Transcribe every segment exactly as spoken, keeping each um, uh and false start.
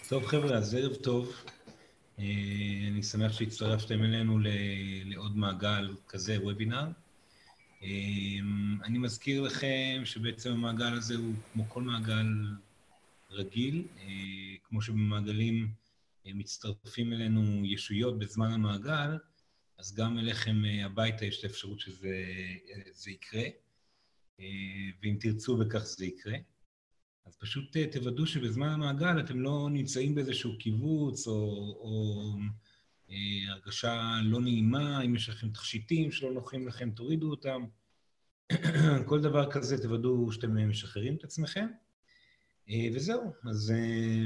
טוב חבר'ה, אז ערב טוב. אני שמח שהצטרפתם אלינו לעוד מעגל כזה, וובינר. אני מזכיר לכם שבעצם המעגל הזה הוא כמו כל מעגל רגיל, כמו שבמעגלים מצטרפים אלינו ישויות בזמן המעגל, אז גם אליכם הביתה יש את האפשרות שזה יקרה, ואם תרצו בכך זה יקרה. אז פשוט תוודאו שבזמן המעגל אתם לא נמצאים באיזשהו קיבוץ או, או אה, הרגשה לא נעימה, אם יש לכם תכשיטים שלא נוחים לכם, תורידו אותם. כל דבר כזה תוודאו שאתם משחררים את עצמכם. אה, וזהו, אז אה,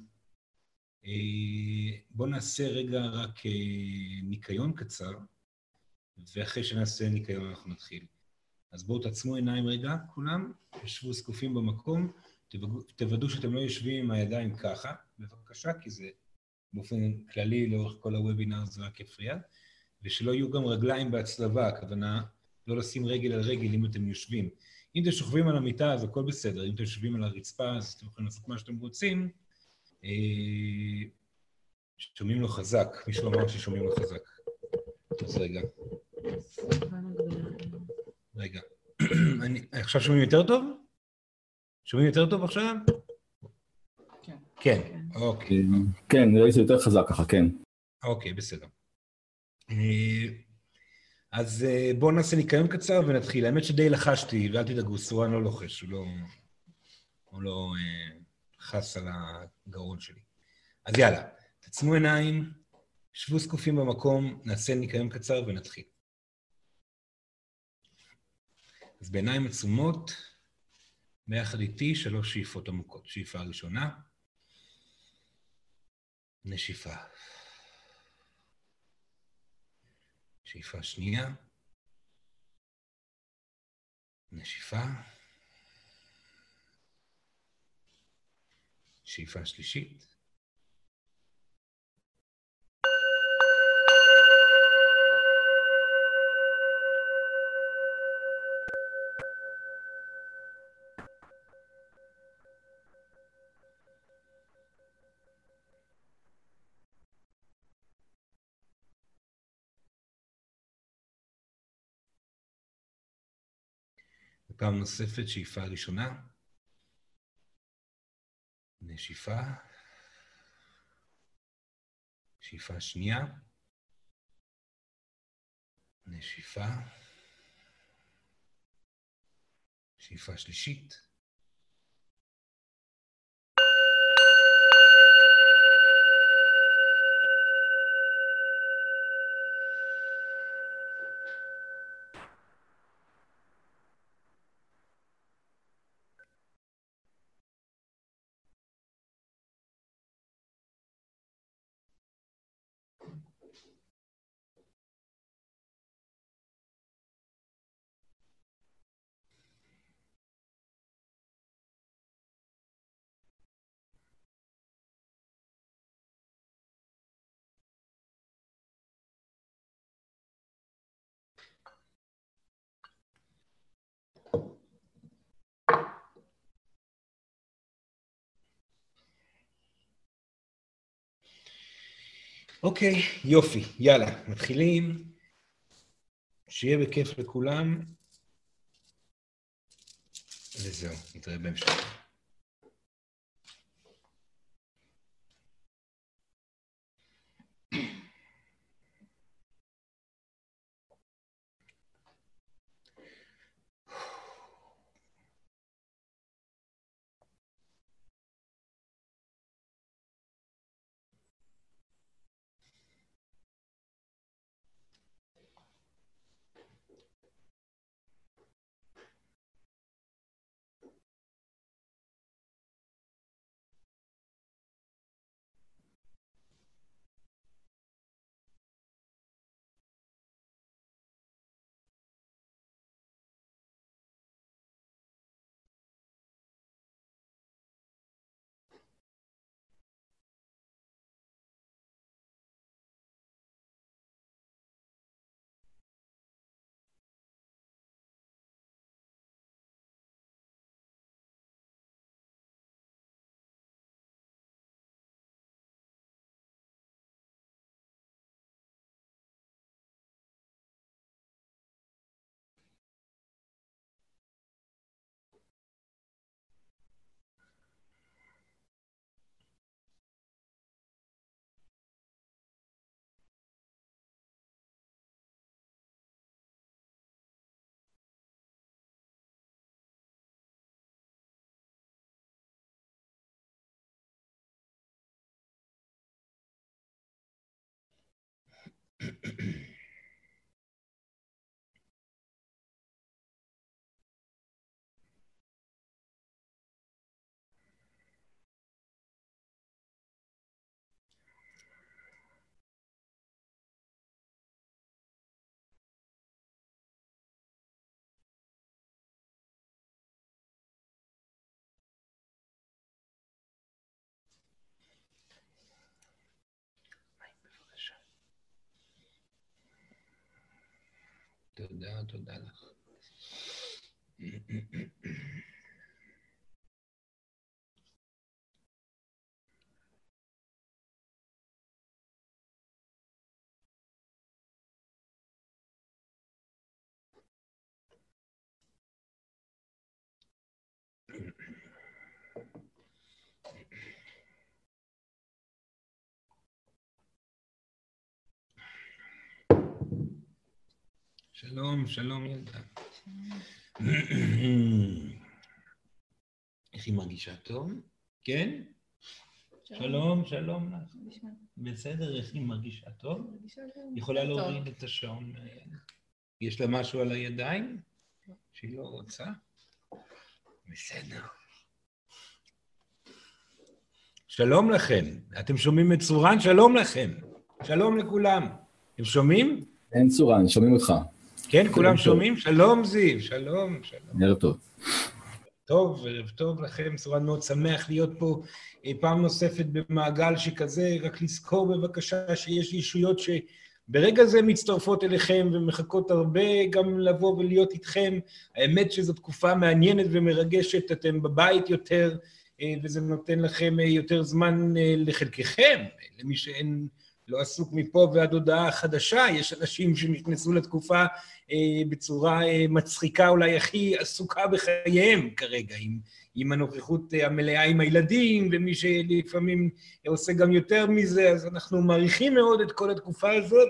אה, בואו נעשה רגע רק אה, ניקיון קצר, ואחרי שנעשה ניקיון אנחנו נתחיל. אז בואו תעצמו עיניים רגע, כולם, ישבו זקופים במקום, תוודאו שאתם לא יושבים עם הידיים ככה, בבקשה, כי זה באופן כללי לאורך כל הוובינר זה רק יפריע, ושלא יהיו גם רגליים בהצלבה, הכוונה לא לשים רגל על רגל אם אתם יושבים. אם אתם שוכבים על המיטה אז הכל בסדר, אם אתם יושבים על הרצפה אז אתם יכולים לעשות מה שאתם רוצים. שומעים לו חזק, מישהו אמר ששומעים לו חזק. אז רגע. רגע. עכשיו שומעים יותר טוב? שומעים יותר טוב עכשיו? כן. כן, אוקיי. כן, נראה לי שזה יותר חזק ככה, כן. אוקיי, בסדר. אז בואו נעשה ניקיון קצר ונתחיל. האמת שדי לחשתי, ואל תדאגו, סורן לא לוחש, הוא לא, הוא לא חס על הגרון שלי. אז יאללה, תעצמו עיניים, שבו זקופים במקום, נעשה ניקיון קצר ונתחיל. אז בעיניים עצומות, ביחד איתי, שלוש שאיפות עמוקות. שאיפה ראשונה, נשיפה. שאיפה שנייה, נשיפה. שאיפה שלישית. פעם נוספת, שאיפה ראשונה, נשיפה, שאיפה שנייה, נשיפה, שאיפה שלישית, אוקיי, יופי, יאללה, מתחילים. שיהיה בכיף לכולם. וזהו, נתראה בהמשך. תודה, תודה לך. שלום, שלום ילדה. איך היא מרגישה טוב? כן? שלום, שלום לך. בסדר, איך היא מרגישה טוב? יכולה להוריד את השעון. יש לה משהו על הידיים? שהיא לא רוצה? בסדר. שלום לכם. אתם שומעים את צורן? שלום לכם. שלום לכולם. אתם שומעים? אין צורן, שומעים אותך. כן, כולם שומעים? שלום זיו, שלום, שלום. ערב טוב. טוב, ערב טוב לכם, צורן מאוד שמח להיות פה פעם נוספת במעגל שכזה, רק לזכור בבקשה שיש ישויות שברגע זה מצטרפות אליכם ומחכות הרבה גם לבוא ולהיות איתכם. האמת שזו תקופה מעניינת ומרגשת, אתם בבית יותר, וזה נותן לכם יותר זמן לחלקכם, למי שאין... לא עסוק מפה ועד הודעה חדשה, יש אנשים שנכנסו לתקופה אה, בצורה אה, מצחיקה, אולי הכי עסוקה בחייהם כרגע, עם, עם הנוכחות אה, המלאה עם הילדים, ומי שלפעמים עושה גם יותר מזה, אז אנחנו מעריכים מאוד את כל התקופה הזאת,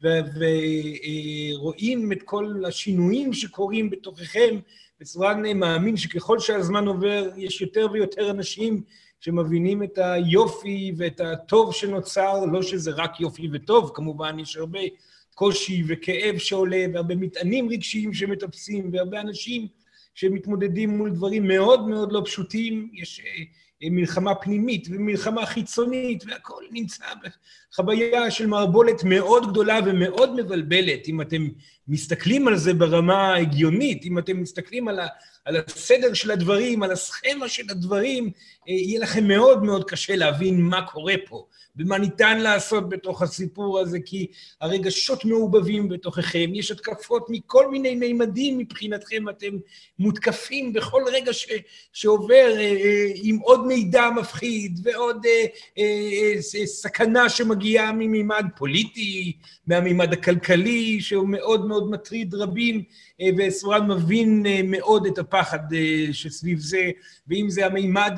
ורואים את כל השינויים שקורים בתוככם, בצורה מאמין שככל שהזמן עובר, יש יותר ויותר אנשים, שמבינים את היופי ואת הטוב שנוצר, לא שזה רק יופי וטוב, כמובן יש הרבה קושי וכאב שעולה, והרבה מטענים רגשיים שמטפסים, והרבה אנשים שמתמודדים מול דברים מאוד מאוד לא פשוטים, יש מלחמה פנימית ומלחמה חיצונית, והכל נמצא בחוויה של מערבולת מאוד גדולה ומאוד מבלבלת, אם אתם מסתכלים על זה ברמה הגיונית, אם אתם מסתכלים על ה... על הסדר של הדברים, על הסכמה של הדברים, יהיה לכם מאוד מאוד קשה להבין מה קורה פה, ומה ניתן לעשות בתוך הסיפור הזה, כי הרגשות מעובבים בתוככם, יש התקפות מכל מיני מימדים מבחינתכם, אתם מותקפים בכל רגע ש, שעובר עם עוד מידע מפחיד, ועוד סכנה שמגיעה ממימד פוליטי, מהמימד הכלכלי, שהוא מאוד מאוד מטריד רבים, וסורן מבין מאוד את הפחד שסביב זה, ואם זה המימד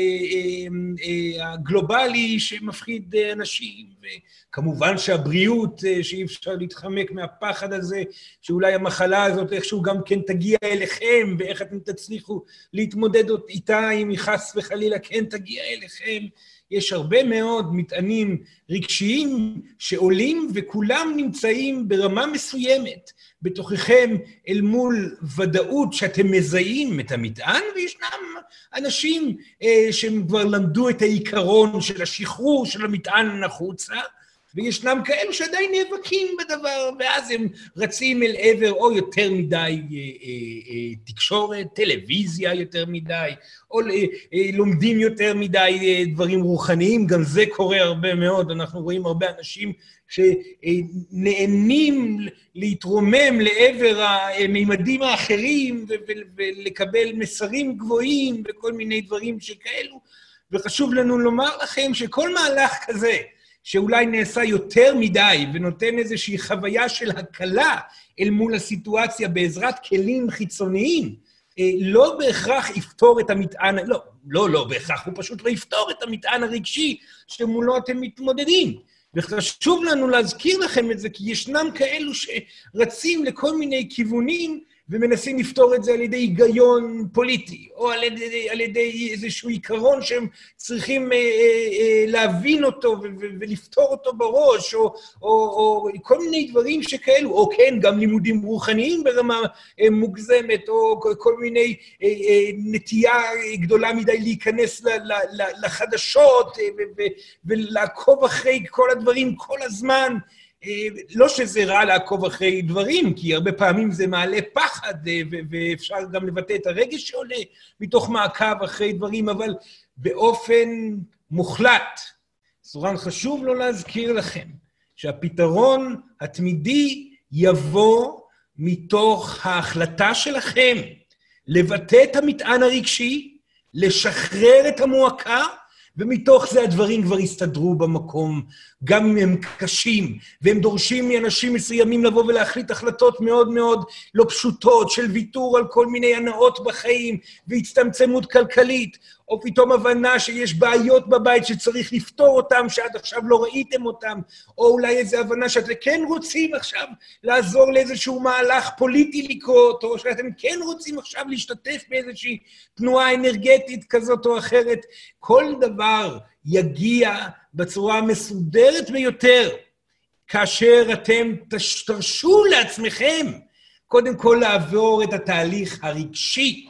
הגלובלי שמפחיד אנשים, וכמובן שהבריאות, שאי אפשר להתחמק מהפחד הזה, שאולי המחלה הזאת איכשהו גם כן תגיע אליכם, ואיך אתם תצליחו להתמודד איתה, אם היא חס וחלילה כן תגיע אליכם, יש הרבה מאוד מטענים רגשיים שעולים, וכולם נמצאים ברמה מסוימת בתוככם אל מול ודאות שאתם מזהים את המטען, וישנם אנשים אה, שהם כבר למדו את העיקרון של השחרור של המטען החוצה, וישנם כאלו שעדיין נאבקים בדבר, ואז הם רצים אל עבר או יותר מדי אה, אה, אה, תקשורת, טלוויזיה יותר מדי, או אה, אה, לומדים יותר מדי אה, דברים רוחניים, גם זה קורה הרבה מאוד, אנחנו רואים הרבה אנשים שנהנים להתרומם לעבר המימדים האחרים, ולקבל מסרים גבוהים וכל מיני דברים שכאלו, וחשוב לנו לומר לכם שכל מהלך כזה, שאולי נעשה יותר מדי, ונותן איזושהי חוויה של הקלה אל מול הסיטואציה בעזרת כלים חיצוניים, לא בהכרח יפתור את המטען, לא, לא, לא בהכרח, הוא פשוט לא יפתור את המטען הרגשי שמולו אתם מתמודדים. וחשוב לנו להזכיר לכם את זה, כי ישנם כאלו שרצים לכל מיני כיוונים, ומנסים לפתור את זה על ידי היגיון פוליטי, או על ידי, על ידי איזשהו עיקרון שהם צריכים אה, אה, להבין אותו ו- ו- ולפתור אותו בראש, או, או, או כל מיני דברים שכאלו, או כן, גם לימודים רוחניים ברמה אה, מוגזמת, או כל מיני אה, אה, נטייה גדולה מדי להיכנס ל- ל- ל- לחדשות, אה, ו- ו- ולעקוב אחרי כל הדברים כל הזמן, לא שזה רע לעקוב אחרי דברים, כי הרבה פעמים זה מעלה פחד, ואפשר גם לבטא את הרגש שעולה מתוך מעקב אחרי דברים, אבל באופן מוחלט, סורן חשוב לו להזכיר לכם, שהפתרון התמידי יבוא מתוך ההחלטה שלכם לבטא את המטען הרגשי, לשחרר את המועקה, ומתוך זה הדברים כבר הסתדרו במקום, גם אם הם קשים, והם דורשים מאנשים מסוימים לבוא ולהחליט החלטות מאוד מאוד לא פשוטות, של ויתור על כל מיני הנאות בחיים, והצטמצמות כלכלית, או פתאום הבנה שיש בעיות בבית שצריך לפתור אותם, שעד עכשיו לא ראיתם אותם, או אולי איזו הבנה שאתם כן רוצים עכשיו לעזור לאיזשהו מהלך פוליטי לקרות, או שאתם כן רוצים עכשיו להשתתף באיזושהי תנועה אנרגטית כזאת או אחרת. כל דבר יגיע בצורה המסודרת ביותר, כאשר אתם תרשו לעצמכם, קודם כל לעבור את התהליך הרגשי.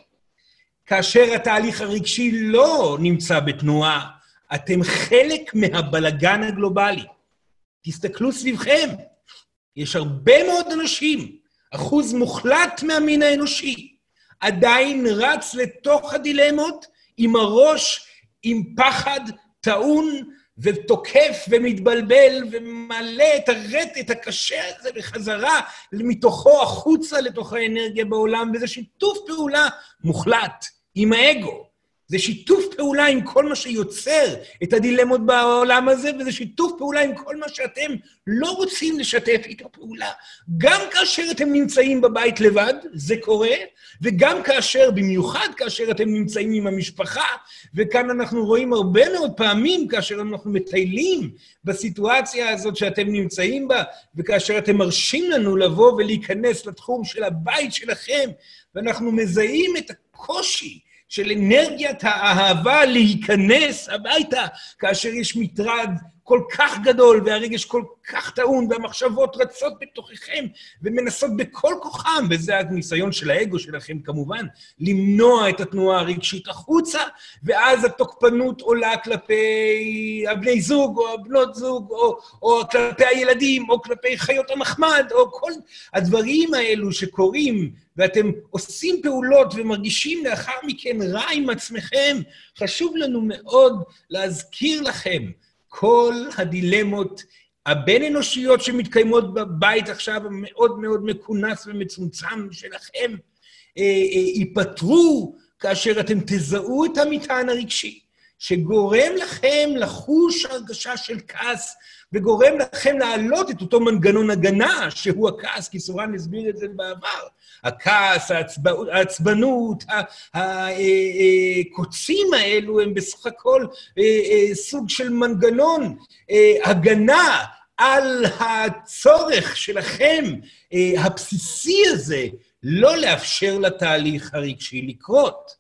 כאשר התהליך הרגשי לא נמצא בתנועה, אתם חלק מהבלגן הגלובלי. תסתכלו סביבכם, יש הרבה מאוד אנשים, אחוז מוחלט מהמין האנושי, עדיין רץ לתוך הדילמות עם הראש, עם פחד טעון ותוקף ומתבלבל ומעלה את הרטט הקשה הזה בחזרה מתוכו החוצה לתוך האנרגיה בעולם, וזה שיתוף פעולה מוחלט עם האגו. זה שיתוף פעולה עם כל מה שיוצר את הדילמות בעולם הזה, וזה שיתוף פעולה עם כל מה שאתם לא רוצים לשתף איתו פעולה. גם כאשר אתם נמצאים בבית לבד, זה קורה, וגם כאשר, במיוחד כאשר אתם נמצאים עם המשפחה, וכאן אנחנו רואים הרבה מאוד פעמים, כאשר אנחנו מטיילים בסיטואציה הזאת שאתם נמצאים בה, וכאשר אתם מרשים לנו לבוא ולהיכנס לתחום של הבית שלכם, ואנחנו מזהים את הקושי, של אנרגיית האהבה להיכנס הביתה, כאשר יש מטרד כל כך גדול, והרגש כל כך טעון, והמחשבות רצות בתוככם, ומנסות בכל כוחם, וזה הניסיון של האגו שלכם כמובן, למנוע את התנועה הרגשית החוצה, ואז התוקפנות עולה כלפי הבני זוג, או הבנות זוג, או, או כלפי הילדים, או כלפי חיות המחמד, או כל הדברים האלו שקורים, ואתם עושים פעולות ומרגישים לאחר מכן רע עם עצמכם, חשוב לנו מאוד להזכיר לכם, כל הדילמות הבין אנושיות שמתקיימות בבית עכשיו, מאוד מאוד מכונס ומצומצם שלכם, ייפטרו כאשר אתם תזהו את המטען הרגשי, שגורם לכם לחוש הרגשה של כעס, וגורם לכם להעלות את אותו מנגנון הגנה, שהוא הכעס, כי סורן הסביר את זה בעבר. הכעס, העצבנות, הקוצים האלו הם בסך הכל סוג של מנגנון הגנה על הצורך שלכם, הבסיסי הזה, לא לאפשר לתהליך הרגשי לקרות.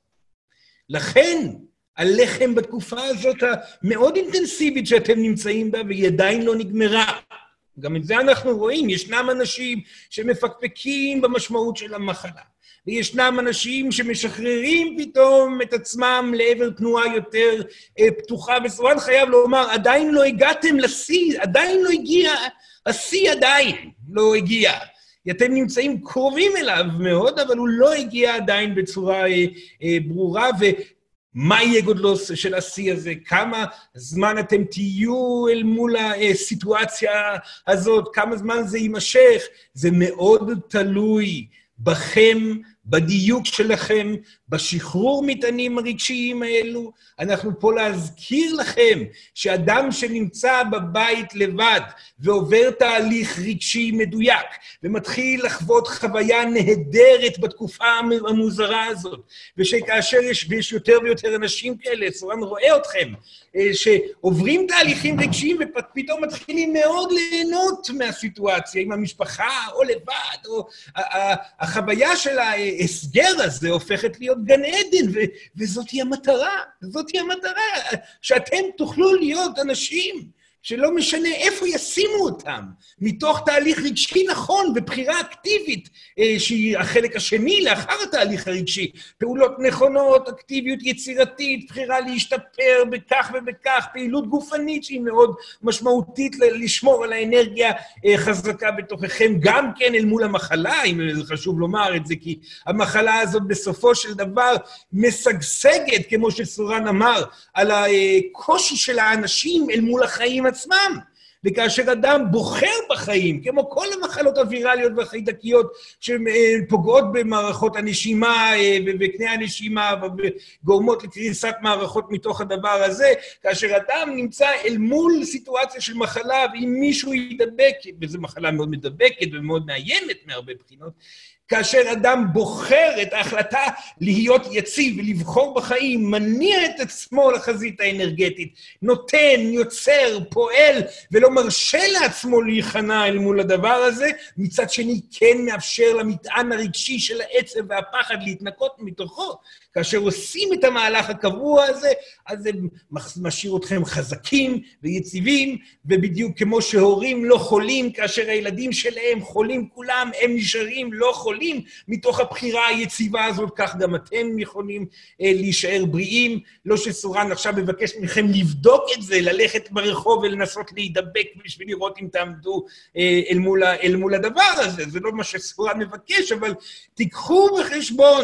לכן, עליכם בתקופה הזאת המאוד אינטנסיבית שאתם נמצאים בה, והיא עדיין לא נגמרה. גם את זה אנחנו רואים, ישנם אנשים שמפקפקים במשמעות של המחלה, וישנם אנשים שמשחררים פתאום את עצמם לעבר תנועה יותר פתוחה, וסורן חייב לומר, עדיין לא הגעתם לשיא, עדיין לא הגיע, השיא עדיין לא הגיע. אתם נמצאים קרובים אליו מאוד, אבל הוא לא הגיע עדיין בצורה ברורה, ו... מה יהיה גודלו של השיא הזה? כמה זמן אתם תהיו אל מול הסיטואציה הזאת? כמה זמן זה יימשך? זה מאוד תלוי בכם, בדיוק שלכם, בשחרור מטענים הרגשיים האלו. אנחנו פה להזכיר לכם שאדם שנמצא בבית לבד ועובר תהליך רגשי מדויק ומתחיל לחוות חוויה נהדרת בתקופה המוזרה הזאת, ושכאשר יש, ויש יותר ויותר אנשים כאלה, סורן רואה אתכם, שעוברים תהליכים רגשיים ופתאום מתחילים מאוד ליהנות מהסיטואציה עם המשפחה או לבד, או החוויה של ההסגר הזה הופכת להיות גן עדן, ו- וזאת היא המטרה, זאת היא המטרה, שאתם תוכלו להיות אנשים שלא משנה איפה ישימו אותם, מתוך תהליך רגשי נכון ובחירה אקטיבית, שהיא החלק השני לאחר התהליך הרגשי, פעולות נכונות, אקטיביות יצירתית, בחירה להשתפר בכך ובכך, פעילות גופנית שהיא מאוד משמעותית לשמור על האנרגיה חזקה בתוככם, גם כן אל מול המחלה, אם זה חשוב לומר את זה, כי המחלה הזאת בסופו של דבר משגשגת, כמו שסורן אמר, על הקושי של האנשים אל מול החיים עצמם, וכאשר אדם בוחר בחיים, כמו כל המחלות הווירליות והחיידקיות שפוגעות במערכות הנשימה ובקנה הנשימה וגורמות לקריסת מערכות מתוך הדבר הזה, כאשר אדם נמצא אל מול סיטואציה של מחלה, ואם מישהו ידבק, וזו מחלה מאוד מדבקת ומאוד מאיימת מהרבה בחינות, כאשר אדם בוחר את ההחלטה להיות יציב ולבחור בחיים, מניע את עצמו לחזית האנרגטית, נותן, יוצר, פועל, ולא מרשה לעצמו להיכנע אל מול הדבר הזה, מצד שני כן מאפשר למטען הרגשי של העצב והפחד להתנקות מתוכו. כאשר עושים את המהלך הקבוע הזה, אז זה משאיר אתכם חזקים ויציבים, ובדיוק כמו שהורים לא חולים, כאשר הילדים שלהם חולים כולם, הם נשארים לא חולים, מתוך הבחירה היציבה הזאת, כך גם אתם יכולים אה, להישאר בריאים. לא שסורן עכשיו מבקש מכם לבדוק את זה, ללכת ברחוב ולנסות להידבק בשביל לראות אם תעמדו אה, אל, מול, אל מול הדבר הזה, זה לא מה שסורן מבקש, אבל תיקחו בחשבון,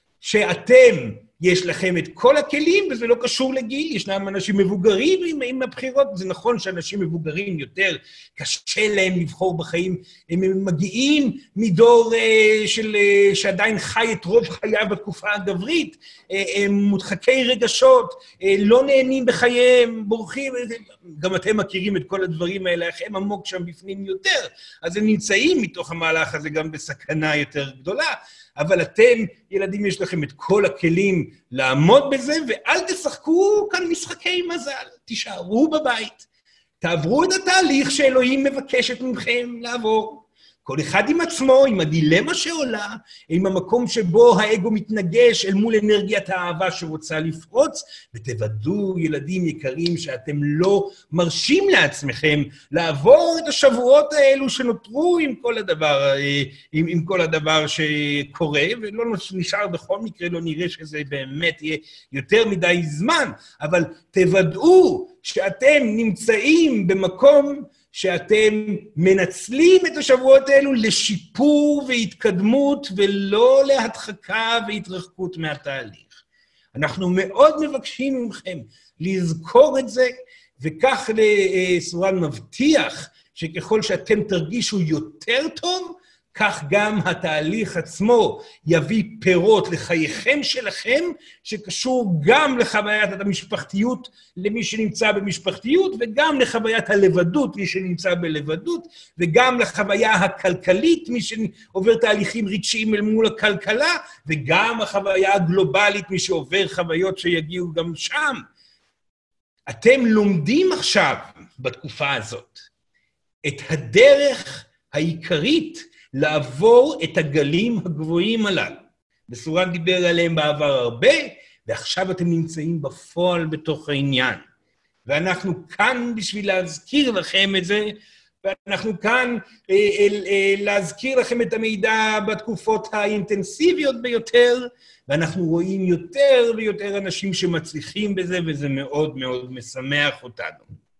שאתם, יש לכם את כל הכלים, וזה לא קשור לגיל, ישנם אנשים מבוגרים עם, עם הבחירות, זה נכון שאנשים מבוגרים יותר, קשה להם לבחור בחיים, הם מגיעים מדור uh, של, uh, שעדיין חי את רוב חייו בתקופה הגברית, uh, הם מודחקי רגשות, uh, לא נהנים בחייהם, בורחים, גם אתם מכירים את כל הדברים האלה, הם עמוק שם בפנים יותר, אז הם נמצאים מתוך המהלך הזה גם בסכנה יותר גדולה, אבל אתם, ילדים, יש לכם את כל הכלים לעמוד בזה, ואל תשחקו כאן משחקי מזל. תישארו בבית, תעברו את התהליך שאלוהים מבקשת מכם לעבור. כל אחד עם עצמו, עם הדילמה שעולה, עם המקום שבו האגו מתנגש אל מול אנרגיית האהבה שרוצה לפרוץ, ותוודאו, ילדים יקרים, שאתם לא מרשים לעצמכם לעבור את השבועות האלו שנותרו עם כל הדבר, עם, עם כל הדבר שקורה, ולא נשאר בכל מקרה, לא נראה שזה באמת יהיה יותר מדי זמן, אבל תוודאו שאתם נמצאים במקום שאתם מנצלים את השבועות האלו לשיפור והתקדמות, ולא להדחקה והתרחקות מהתהליך. אנחנו מאוד מבקשים מכם לזכור את זה, וכך סורן מבטיח שככל שאתם תרגישו יותר טוב, כך גם התהליך עצמו יביא פירות לחייכם שלכם, שקשור גם לחוויית המשפחתיות למי שנמצא במשפחתיות, וגם לחוויית הלבדות, מי שנמצא בלבדות, וגם לחוויה הכלכלית, מי שעובר תהליכים רגשיים אל מול הכלכלה, וגם החוויה הגלובלית, מי שעובר חוויות שיגיעו גם שם. אתם לומדים עכשיו, בתקופה הזאת, את הדרך העיקרית, לעבור את הגלים הגבוהים הללו. וסורן דיבר עליהם בעבר הרבה, ועכשיו אתם נמצאים בפועל בתוך העניין. ואנחנו כאן בשביל להזכיר לכם את זה, ואנחנו כאן אה, אה, אה, להזכיר לכם את המידע בתקופות האינטנסיביות ביותר, ואנחנו רואים יותר ויותר אנשים שמצליחים בזה, וזה מאוד מאוד משמח אותנו.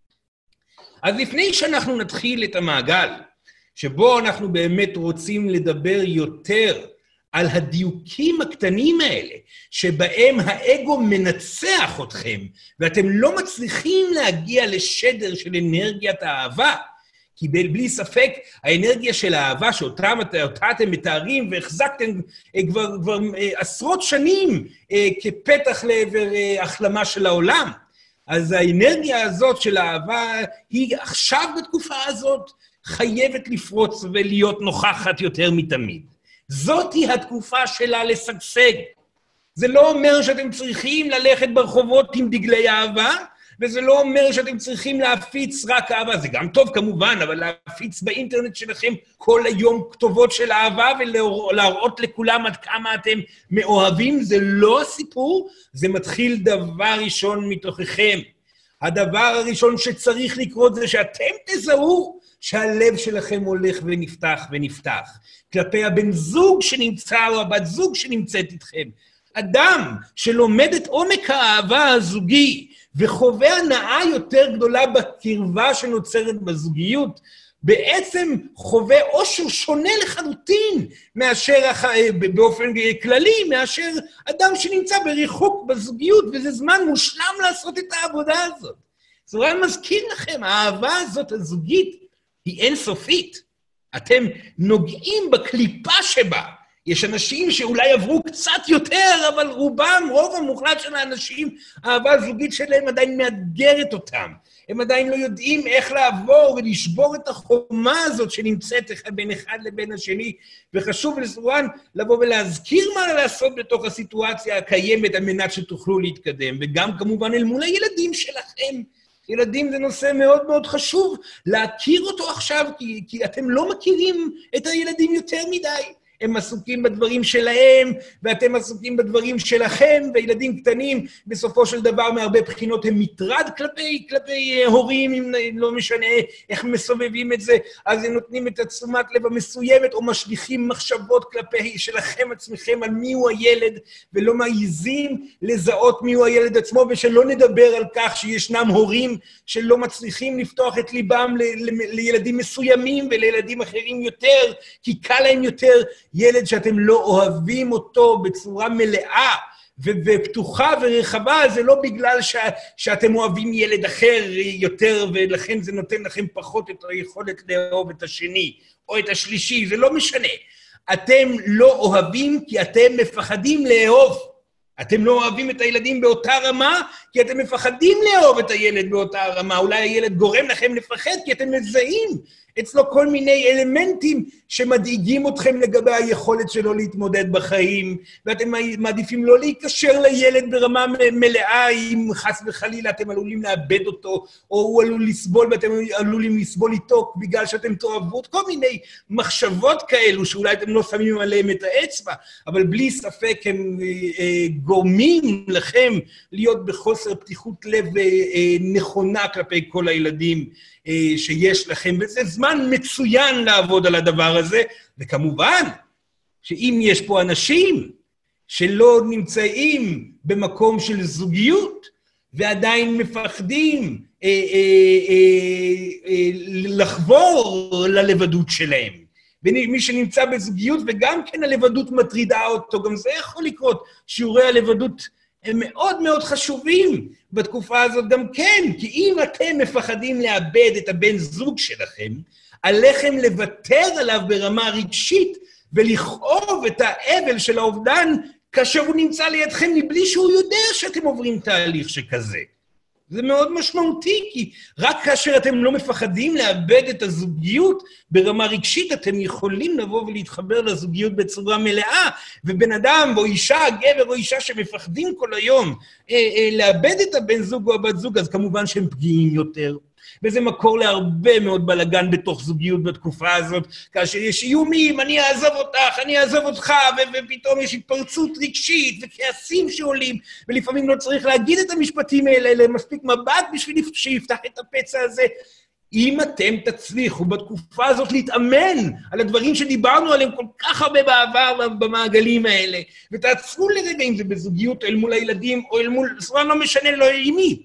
אז לפני שאנחנו נתחיל את המעגל, שבו אנחנו באמת רוצים לדבר יותר על הדיוקים הקטנים האלה, שבהם האגו מנצח אתכם, ואתם לא מצליחים להגיע לשדר של אנרגיית האהבה, כי בלי ספק האנרגיה של האהבה שאותה אתם מתארים והחזקתם כבר, כבר עשרות שנים כפתח לעבר החלמה של העולם, אז האנרגיה הזאת של האהבה היא עכשיו בתקופה הזאת, חייבת לפרוץ ולהיות נוכחת יותר מתמיד. זאת היא התקופה שלה לשגשג. זה לא אומר שאתם צריכים ללכת ברחובות עם דגלי אהבה, וזה לא אומר שאתם צריכים להפיץ רק אהבה. זה גם טוב כמובן, אבל להפיץ באינטרנט שלכם כל היום כתובות של אהבה, ולהראות לכולם עד כמה אתם מאוהבים, זה לא הסיפור, זה מתחיל דבר ראשון מתוככם. הדבר הראשון שצריך לקרות זה שאתם תזהו, שהלב שלכם הולך ונפתח ונפתח. כלפי הבן זוג שנמצא או הבת זוג שנמצאת איתכם. אדם שלומד את עומק האהבה הזוגי וחווה הנאה יותר גדולה בקרבה שנוצרת בזוגיות, בעצם חווה אושר שונה לחלוטין מאשר, באופן כללי, מאשר אדם שנמצא בריחוק בזוגיות, וזה זמן מושלם לעשות את העבודה הזאת. סורן מזכיר לכם, האהבה הזאת הזוגית היא אינסופית. אתם נוגעים בקליפה שבה. יש אנשים שאולי עברו קצת יותר, אבל רובם, רוב המוחלט של האנשים, האהבה הזוגית שלהם עדיין מאתגרת אותם. הם עדיין לא יודעים איך לעבור ולשבור את החומה הזאת שנמצאת בין אחד לבין השני, וחשוב לסורן לבוא ולהזכיר מה לעשות בתוך הסיטואציה הקיימת על מנת שתוכלו להתקדם, וגם כמובן אל מול הילדים שלכם. ילדים זה נושא מאוד מאוד חשוב, להכיר אותו עכשיו, כי, כי אתם לא מכירים את הילדים יותר מדי. הם עסוקים בדברים שלהם, ואתם עסוקים בדברים שלכם, וילדים קטנים, בסופו של דבר, מהרבה בחינות הם מטרד כלפי, כלפי הורים, אם לא משנה איך מסובבים את זה, אז הם נותנים את התשומת לב המסוימת, או משליכים מחשבות כלפי שלכם עצמכם על מיהו הילד, ולא מעיזים לזהות מיהו הילד עצמו, ושלא נדבר על כך שישנם הורים שלא מצליחים לפתוח את ליבם ל- ל- לילדים מסוימים, ולילדים אחרים יותר, כי קל להם יותר, ילד שאתם לא אוהבים אותו בצורה מלאה ו- ופתוחה ורחבה, זה לא בגלל ש- שאתם אוהבים ילד אחר יותר, ולכן זה נותן לכם פחות את היכולת לאהוב את השני או את השלישי, זה לא משנה. אתם לא אוהבים כי אתם מפחדים לאהוב. אתם לא אוהבים את הילדים באותה רמה, כי אתם מפחדים לאהוב את הילד באותה רמה. אולי הילד גורם לכם לפחד, כי אתם מזהים אצלו כל מיני אלמנטים שמדאיגים אתכם לגבי היכולת שלו להתמודד בחיים, ואתם מעדיפים לא להיקשר לילד ברמה מלאה, אם חס וחלילה אתם עלולים לאבד אותו, או הוא עלול לסבול ואתם עלולים לסבול איתו, בגלל שאתם תאהבו כל מיני מחשבות כאלו, שאולי אתם לא שמים עליהם את האצבע, אבל בלי ספק הם אה, גורמים לכם להיות בחוסר פתיחות לב אה, נכונה כלפי כל הילדים, שיש לכם, וזה זמן מצוין לעבוד על הדבר הזה, וכמובן שאם יש פה אנשים שלא נמצאים במקום של זוגיות, ועדיין מפחדים אה, אה, אה, אה, לחבור ללבדות שלהם, ומי שנמצא בזוגיות וגם כן הלבדות מטרידה אותו, גם זה יכול לקרות, שיעורי הלבדות הם מאוד מאוד חשובים בתקופה הזאת גם כן, כי אם אתם מפחדים לאבד את הבן זוג שלכם, עליכם לוותר עליו ברמה רגשית, ולכאוב את האבל של האובדן, כאשר הוא נמצא לידכם, מבלי שהוא יודע שאתם עוברים תהליך שכזה. זה מאוד משמעותי, כי רק כאשר אתם לא מפחדים לאבד את הזוגיות ברמה רגשית, אתם יכולים לבוא ולהתחבר לזוגיות בצורה מלאה, ובן אדם או אישה, גבר או אישה שמפחדים כל היום אה, אה, לאבד את הבן זוג או הבת זוג, אז כמובן שהם פגיעים יותר. וזה מקור להרבה מאוד בלגן בתוך זוגיות בתקופה הזאת, כאשר יש איומים, אני אעזוב אותך, אני אעזוב אותך, ו- ופתאום יש התפרצות רגשית וכעסים שעולים, ולפעמים לא צריך להגיד את המשפטים האלה, אלא מספיק מבט בשביל שיפתח את הפצע הזה. אם אתם תצליחו בתקופה הזאת להתאמן על הדברים שדיברנו עליהם כל כך הרבה בעבר במעגלים האלה, ותעצרו לרגע אם זה בזוגיות אל מול הילדים, או אל מול, זאת אומרת, לא משנה, לא עם מי.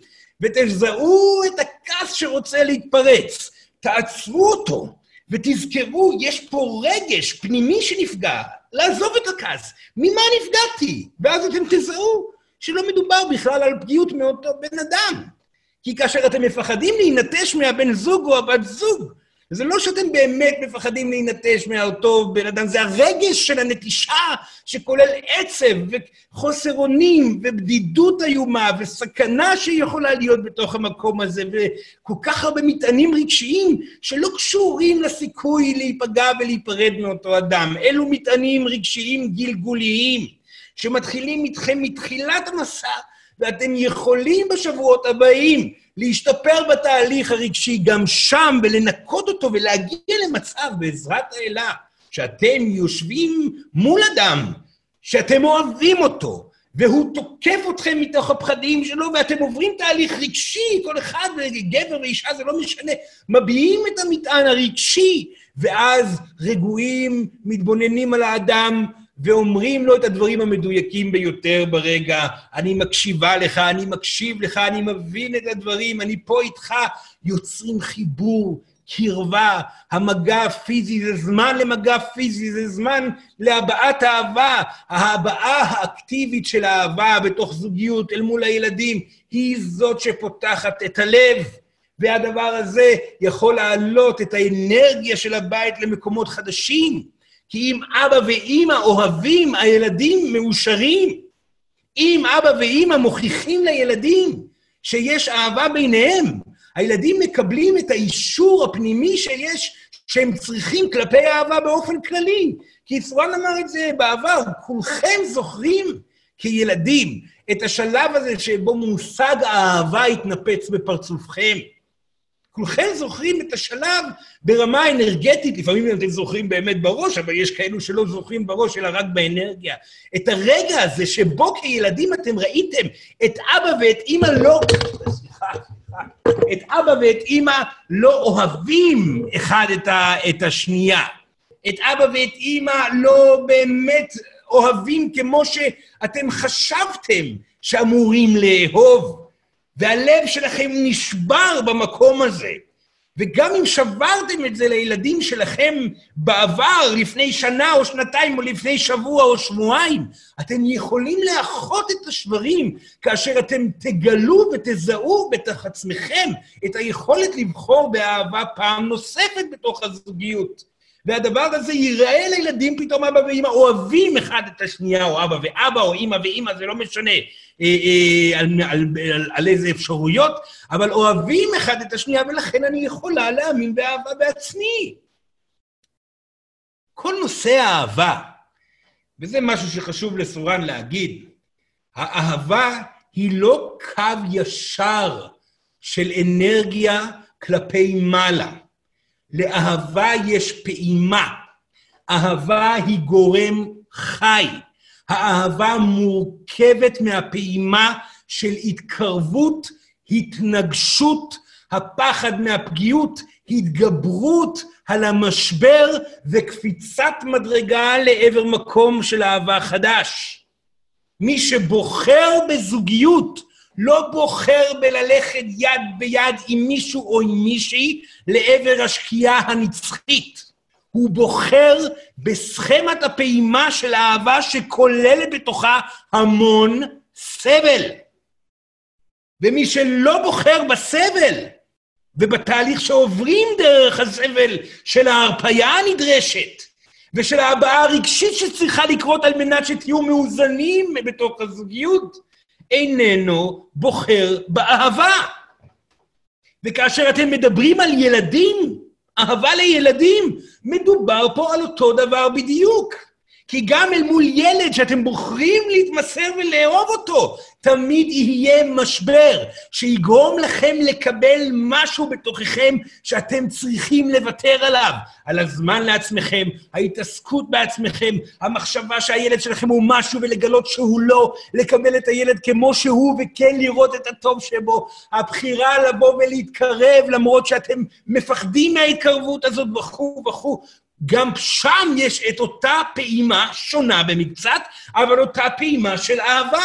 ותזהו את הכעס שרוצה להתפרץ, תעצרו אותו, ותזכרו, יש פה רגש פנימי שנפגע, לעזוב את הכעס, ממה נפגעתי? ואז אתם תזהו שלא מדובר בכלל על פגיעות מאותו בן אדם. כי כאשר אתם מפחדים להינטש מהבן זוג או הבת זוג, זה לא שאתם באמת מפחדים להינטש מאותו בן אדם, זה הרגש של הנטישה שכולל עצב וחוסר אונים ובדידות איומה וסכנה שיכולה להיות בתוך המקום הזה, וכל כך הרבה מטענים רגשיים שלא קשורים לסיכוי להיפגע ולהיפרד מאותו אדם. אלו מטענים רגשיים גלגוליים שמתחילים איתכם מתחילת המסע, ואתם יכולים בשבועות הבאים להשתפר בתהליך הרגשי גם שם, ולנקות אותו ולהגיע למצב בעזרת האלה, שאתם יושבים מול אדם, שאתם אוהבים אותו, והוא תוקף אתכם מתוך הפחדים שלו, ואתם עוברים תהליך רגשי, כל אחד, גבר ואישה, זה לא משנה, מביעים את המטען הרגשי, ואז רגועים, מתבוננים על האדם, ואומרים לו את הדברים המדויקים ביותר ברגע, אני מקשיבה לך, אני מקשיב לך, אני מבין את הדברים, אני פה איתך, יוצרים חיבור, קרבה, המגע הפיזי, זה זמן למגע פיזי, זה זמן להבעת אהבה, ההבעה האקטיבית של האהבה בתוך זוגיות אל מול הילדים, היא זאת שפותחת את הלב, והדבר הזה יכול להעלות את האנרגיה של הבית למקומות חדשים, כי אם אבא ואמא אוהבים, הילדים מאושרים. אם אבא ואמא מוכיחים לילדים שיש אהבה ביניהם, הילדים מקבלים את האישור הפנימי שיש, שהם צריכים כלפי אהבה באופן כללי. כי סורן אמר את זה בעבר, כולכם זוכרים כילדים את השלב הזה שבו מושג האהבה התנפץ בפרצופכם. כולכם זוכרים את השלב ברמה אנרגטית, לפעמים אתם זוכרים באמת בראש, אבל יש כאלו שלא זוכרים בראש, אלא רק באנרגיה. את הרגע הזה שבו כילדים אתם ראיתם את אבא ואת אמא לא, סליחה, סליחה, את אבא ואת אמא לא אוהבים אחד את, ה, את השנייה. את אבא ואת אמא לא באמת אוהבים כמו שאתם חשבתם שאמורים לאהוב. והלב שלכם נשבר במקום הזה. וגם אם שברתם את זה לילדים שלכם בעבר, לפני שנה או שנתיים, או לפני שבוע או שבועיים, אתם יכולים לאחות את השברים, כאשר אתם תגלו ותזהו בתוך עצמכם את היכולת לבחור באהבה פעם נוספת בתוך הזוגיות. והדבר הזה ייראה לילדים, פתאום אבא ואמא אוהבים אחד את השנייה, או אבא ואבא, או אמא ואמא, זה לא משנה אה, אה, על, על, על, על איזה אפשרויות, אבל אוהבים אחד את השנייה, ולכן אני יכולה להאמין באהבה בעצמי. כל נושא האהבה, וזה משהו שחשוב לסורן להגיד, האהבה היא לא קו ישר של אנרגיה כלפי מעלה. לאהבה יש פעימה. אהבה היא גורם חי. האהבה מורכבת מהפעימה של התקרבות, התנגשות, הפחד מהפגיעות, התגברות על המשבר וקפיצת מדרגה לעבר מקום של אהבה חדש. מי שבוחר בזוגיות, לא בוחר בללכת יד ביד עם מישהו או עם מישהי לעבר השקיעה הנצחית. הוא בוחר בסכמת הפעימה של האהבה שכוללת בתוכה המון סבל. ומי שלא בוחר בסבל, ובתהליך שעוברים דרך הסבל של ההרפאיה הנדרשת, ושל ההבעה הרגשית שצריכה לקרות על מנת שתהיו מאוזנים בתוך הזוגיות, איננו בוחר באהבה. וכאשר אתם מדברים על ילדים, אהבה לילדים, מדובר פה על אותו דבר בדיוק. כי גם אל מול ילד שאתם בוחרים להתמסר ולאהוב אותו, תמיד יהיה משבר שיגרום לכם לקבל משהו בתוככם שאתם צריכים לוותר עליו. על הזמן לעצמכם, ההתעסקות בעצמכם, המחשבה שהילד שלכם הוא משהו ולגלות שהוא לא, לקבל את הילד כמו שהוא וכן לראות את הטוב שבו, הבחירה לבוא ולהתקרב למרות שאתם מפחדים מההתקרבות הזאת וכו' וכו'. גם שם יש את אותה פעימה שונה במקצת, אבל אותה פעימה של אהבה.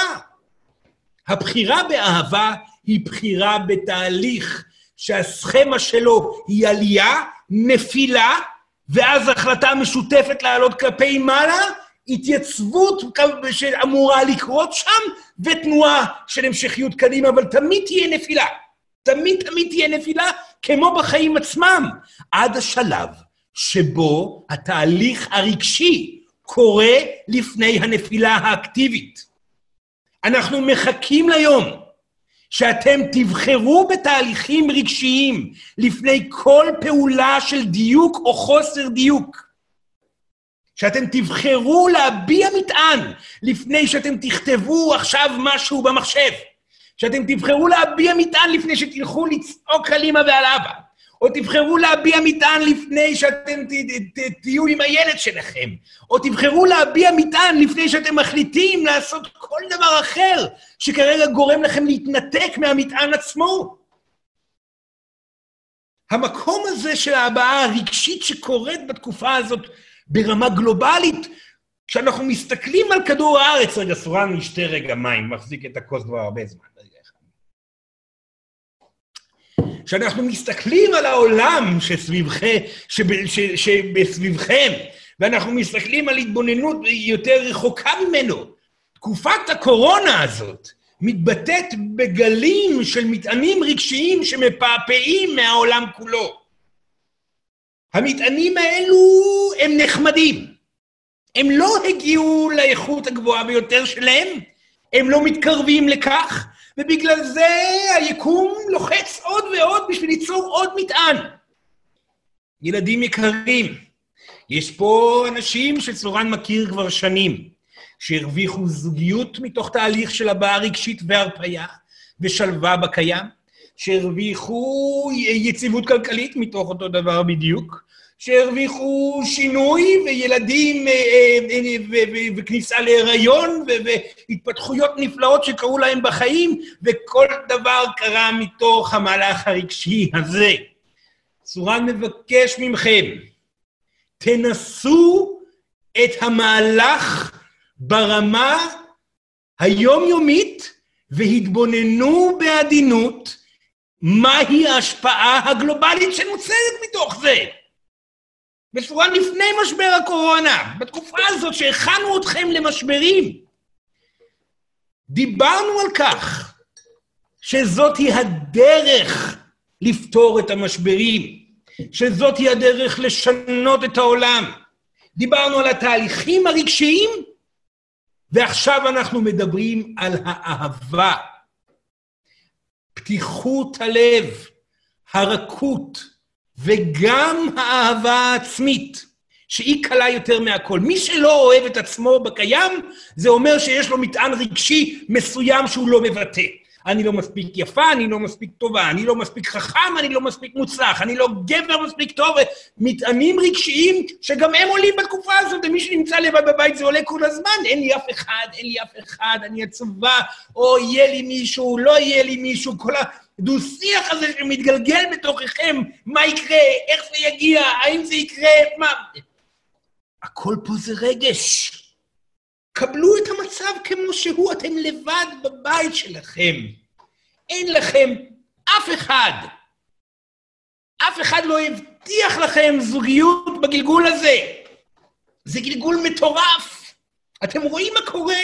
הבחירה באהבה היא בחירה בתהליך שהסכמה שלו היא עלייה, נפילה, ואז החלטה משותפת לעלות כלפי מעלה, התייצבות שאמורה לקרות שם, ותנועה של המשכיות קדימה, אבל תמיד תהיה נפילה. תמיד תמיד תהיה נפילה, כמו בחיים עצמם, עד השלב שבו התהליך הרגשי קורה לפני הנפילה האקטיבית. אנחנו מחכים ליום שאתם תבחרו בתהליכים רגשיים לפני כל פעולה של דיוק או חוסר דיוק. שאתם תבחרו להביע מטען לפני שאתם תכתבו עכשיו משהו במחשב. שאתם תבחרו להביע מטען לפני שתלכו לצעוק על אמא ועל אבא. או תבחרו להביע מטען לפני שאתם תהיו עם הילד שלכם, או תבחרו להביע מטען לפני שאתם מחליטים לעשות כל דבר אחר, שכרגע גורם לכם להתנתק מהמטען עצמו. המקום הזה של ההבעה הרגשית שקורית בתקופה הזאת ברמה גלובלית, כשאנחנו מסתכלים על כדור הארץ, רגע, סורן ישתה רגע מים, מחזיק את הכוס כבר הרבה זמן. שאנחנו מסתכלים על העולם שסביבכם, שב, ש, שבסביבכם, ואנחנו מסתכלים על התבוננות יותר רחוקה ממנו. תקופת הקורונה הזאת מתבטאת בגלים של מטענים רגשיים שמפעפעים מהעולם כולו. המטענים האלו הם נחמדים. הם לא הגיעו לאיכות הגבוהה ביותר שלהם, הם לא מתקרבים לכך, ובגלל זה היקום לוחץ עוד ועוד בשביל ליצור עוד מטען. ילדים יקרים, יש פה אנשים שצורן מכיר כבר שנים, שהרוויחו זוגיות מתוך תהליך של הבעה רגשית והרפיה ושלווה בקיים, שהרוויחו יציבות כלכלית מתוך אותו דבר בדיוק, שהרוויחו שינוי וילדים וכניסה להיריון והתפתחויות נפלאות שקרו להם בחיים, וכל דבר קרה מתוך המהלך הרגשי הזה. צורן מבקש ממכם, תנסו את המהלך ברמה היומיומית והתבוננו בעדינות מהי ההשפעה הגלובלית שנוצרת מתוך זה. בצורה לפני משבר הקורונה, בתקופה הזאת שהכנו אתכם למשברים, דיברנו על כך שזאת היא הדרך לפתור את המשברים, שזאת היא הדרך לשנות את העולם. דיברנו על התהליכים הרגשיים, ועכשיו אנחנו מדברים על האהבה. פתיחות הלב, הרכות, וגם האהבה העצמית, שהיא קלה יותר מהכל. מי שלא אוהב את עצמו בקיים, זה אומר שיש לו מטען רגשי מסוים שהוא לא מבטא. אני לא מספיק יפה, אני לא מספיק טובה, אני לא מספיק חכם, אני לא מספיק מוצלח, אני לא גבר מספיק טוב, מטענים רגשיים שגם הם עולים בתקופה הזאת, ומי שנמצא לבד בבית זה עולה כל הזמן, אין לי אף אחד, אין לי אף אחד, אני עצובה, או יהיה לי מישהו, לא יהיה לי מישהו, כל הדו-שיח הזה שמתגלגל בתוככם, מה יקרה, איך זה יגיע, האם זה יקרה, מה... הכל פה זה רגש. קבלו את המצב כמו שהוא, אתם לבד בבית שלכם. אין לכם אף אחד. אף אחד לא הבטיח לכם זוגיות בגלגול הזה. זה גלגול מטורף. אתם רואים מה קורה?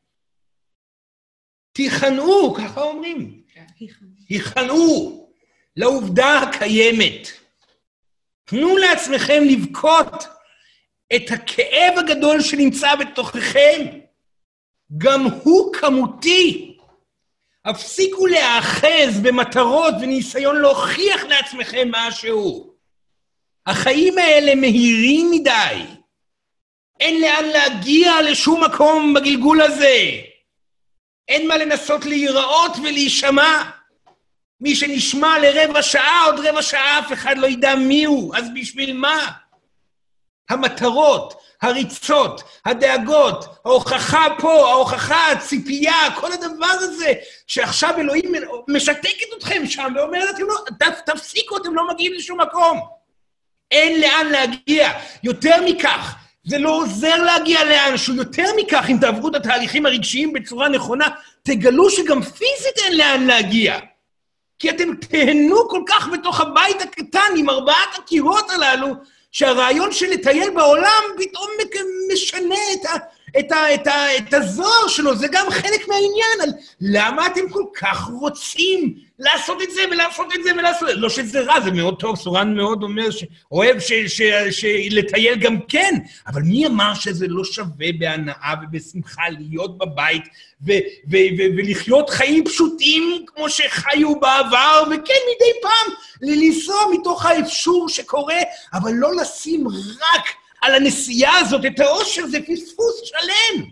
תיכנעו, ככה אומרים. תיכנעו לעובדה הקיימת. תנו לעצמכם לבכות את הכאב הגדול שנמצא בתוככם, גם הוא כמותי. הפסיקו להאחז במטרות וניסיון להוכיח לעצמכם משהו. החיים האלה מהירים מדי. אין לאן להגיע לשום מקום בגלגול הזה. אין מה לנסות להיראות ולהישמע. מי שנשמע לרבע שעה, עוד רבע שעה, אף אחד לא ידע מי הוא. אז בשביל מה? המטרות, הריצות, הדאגות, ההוכחה פה, ההוכחה, הציפייה, כל הדבר הזה, שעכשיו אלוהים משתקת אתכם שם, ואומרת, אתם לא, תפסיקו, אתם לא מגיעים לשום מקום. אין לאן להגיע. יותר מכך, זה לא עוזר להגיע לאנשהו. יותר מכך, אם תעברו את התהליכים הרגשיים בצורה נכונה, תגלו שגם פיזית אין לאן להגיע. כי אתם תהנו כל כך בתוך הבית הקטן, עם ארבעת הקירות הללו, שהרעיון של לטייל בעולם פתאום משנה את, ה, את, ה, את, ה, את הזוהר שלו. זה גם חלק מהעניין. על למה אתם כל כך רוצים לעשות את זה ולעשות את זה ולעשות את זה? לא שזה רע, זה מאוד טוב. סורן מאוד אומר שאוהב ש, ש, ש, לטייל גם כן, אבל מי אמר שזה לא שווה בהנאה ובשמחה להיות בבית ו, ו, ו, ולחיות חיים פשוטים כמו שחיו בעבר, וכן מדי פעם לנסוע מתוך האפשור שקורה, אבל לא לשים רק על הנסיעה הזאת את האושר, זה פספוס שלם.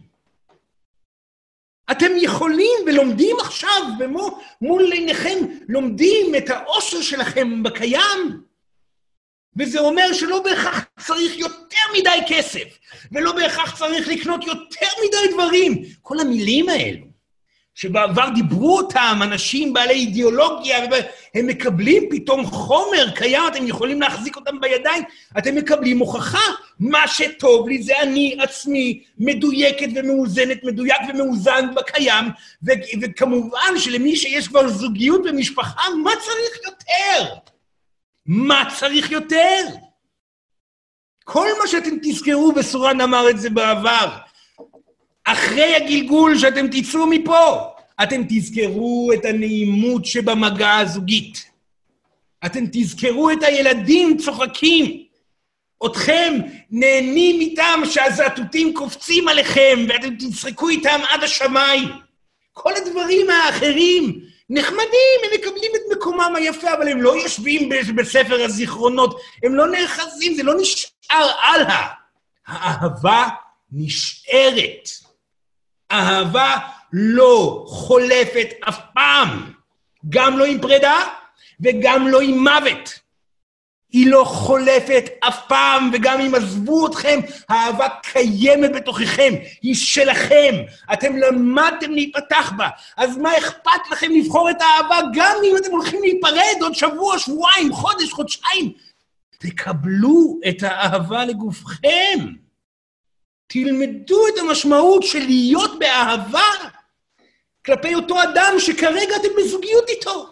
אתם יכולים ולומדים עכשיו, במו, מול עיניכם, לומדים את האושר שלכם בקיים, וזה אומר שלא בהכרח צריך יותר מדי כסף, ולא בהכרח צריך לקנות יותר מדי דברים. כל המילים האלו, שבעבר דיברו אותם אנשים בעלי אידיאולוגיה, הם מקבלים פתאום חומר קיים, אתם יכולים להחזיק אותם בידיים, אתם מקבלים הוכחה, מה שטוב לי זה אני עצמי, מדויקת ומאוזנת, מדויק ומאוזן בקיים, ו- וכמובן שלמי שיש כבר זוגיות ומשפחה, מה צריך יותר? מה צריך יותר? כל מה שאתם תזכרו, וסורן אמר את זה בעבר, אחרי הגלגול שאתם תצאו מפה, אתם תזכרו את הנעימות שבמגע הזוגית. אתם תזכרו את הילדים צוחקים. אתכם נהנים איתם שהזעתותים קופצים עליכם, ואתם תצחקו איתם עד השמיים. כל הדברים האחרים נחמדים, הם מקבלים את מקומם היפה, אבל הם לא יושבים בספר הזיכרונות, הם לא נאחזים, זה לא נשאר הלאה. האהבה נשארת. אהבה לא חולפת אף פעם, גם לא עם פרידה וגם לא עם מוות. היא לא חולפת אף פעם, וגם אם עזבו אתכם, האהבה קיימת בתוככם, היא שלכם, אתם למדתם להיפתח בה, אז מה אכפת לכם לבחור את האהבה, גם אם אתם הולכים להיפרד עוד שבוע, שבועיים, חודש, חודשיים, תקבלו את האהבה לגופכם. תלמדו את המשמעות של להיות באהבה כלפי אותו אדם שכרגע אתם בזוגיות איתו.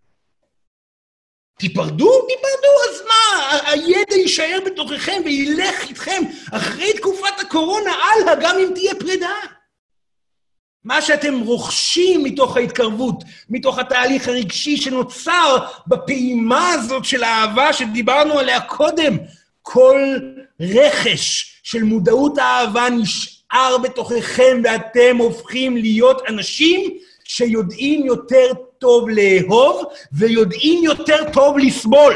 תיפרדו, תיפרדו, אז מה? הידע יישאר בתוככם וילך איתכם אחרי תקופת הקורונה הלאה, גם אם תהיה פרידה. מה שאתם רוכשים מתוך ההתקרבות, מתוך התהליך הרגשי שנוצר בפעימה הזאת של האהבה שדיברנו עליה קודם, כל רכש של מודעות האהבה נשאר בתוככם, ואתם הופכים להיות אנשים שיודעים יותר טוב לאהוב, ויודעים יותר טוב לסבול.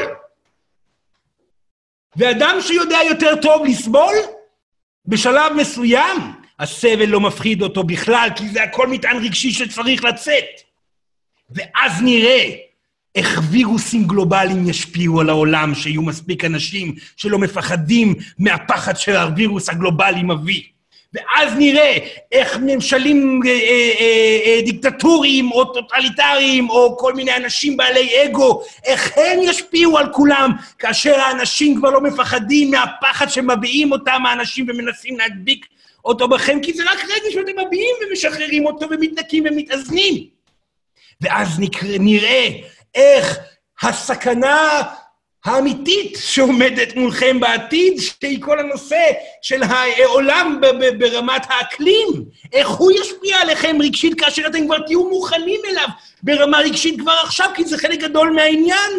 ואדם שיודע יותר טוב לסבול, בשלב מסוים, הסבל לא מפחיד אותו בכלל, כי זה הכל מטען רגשי שצריך לצאת. ואז נראה איך וירוסים גלובליים ישפיעו על העולם, שיהיו מספיק אנשים שלא מפחדים מהפחד של הווירוס הגלובלי מביא. ואז נראה איך ממשלים אה, אה, אה, דיקטטוריים או טוטליטריים, או כל מיני אנשים בעלי אגו, איך הם ישפיעו על כולם, כאשר האנשים כבר לא מפחדים מהפחד שמביעים אותם האנשים ומנסים להדביק אותו בכם, כי זה רק רגע שאתם מביעים ומשחררים אותו ומתנקים ומתאזנים. ואז נראה איך הסכנה האמיתית שעומדת מולכם בעתיד, שהיא כל הנושא של העולם ברמת האקלים, איך הוא ישפיע עליכם רגשית כאשר אתם כבר תהיו מוכנים אליו ברמה רגשית כבר עכשיו, כי זה חלק גדול מהעניין.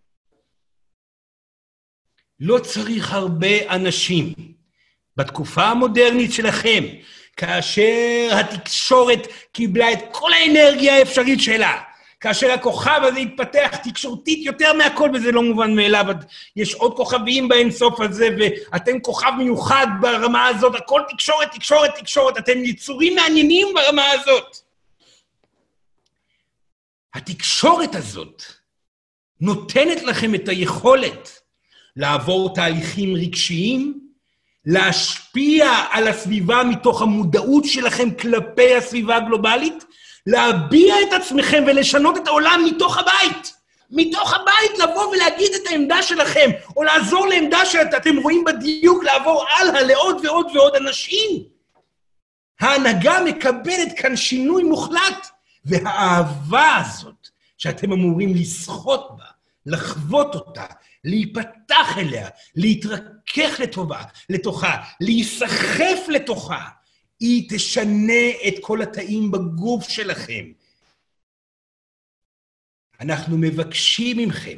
לא צריך הרבה אנשים בתקופה המודרנית שלכם, כאשר התקשורת קיבלה את כל האנרגיה האפשרית שלה, כאשר הכוכב הזה התפתח תקשורתית יותר מהכל, וזה לא מובן מאליו, יש עוד כוכבים באינסוף הזה, ואתם כוכב מיוחד ברמה הזאת, הכל תקשורת, תקשורת, תקשורת, אתם יצורים מעניינים ברמה הזאת. התקשורת הזאת נותנת לכם את היכולת לעבור תהליכים רגשיים, להשפיע על הסביבה מתוך המודעות שלכם כלפי הסביבה הגלובלית, להביע את עצמכם ולשנות את העולם מתוך הבית. מתוך הבית לבוא ולהגיד את העמדה שלכם, או לעזור לעמדה שאתם רואים בדיוק, לעבור הלאה לעוד ועוד ועוד אנשים. ההנהגה מקבלת כאן שינוי מוחלט, והאהבה הזאת שאתם אמורים לשחות בה, לחוות אותה, להיפתח אליה, להתרכך לטובה, לתוכה, להיסחף לתוכה, היא תשנה את כל התאים בגוף שלכם. אנחנו מבקשים ממכם,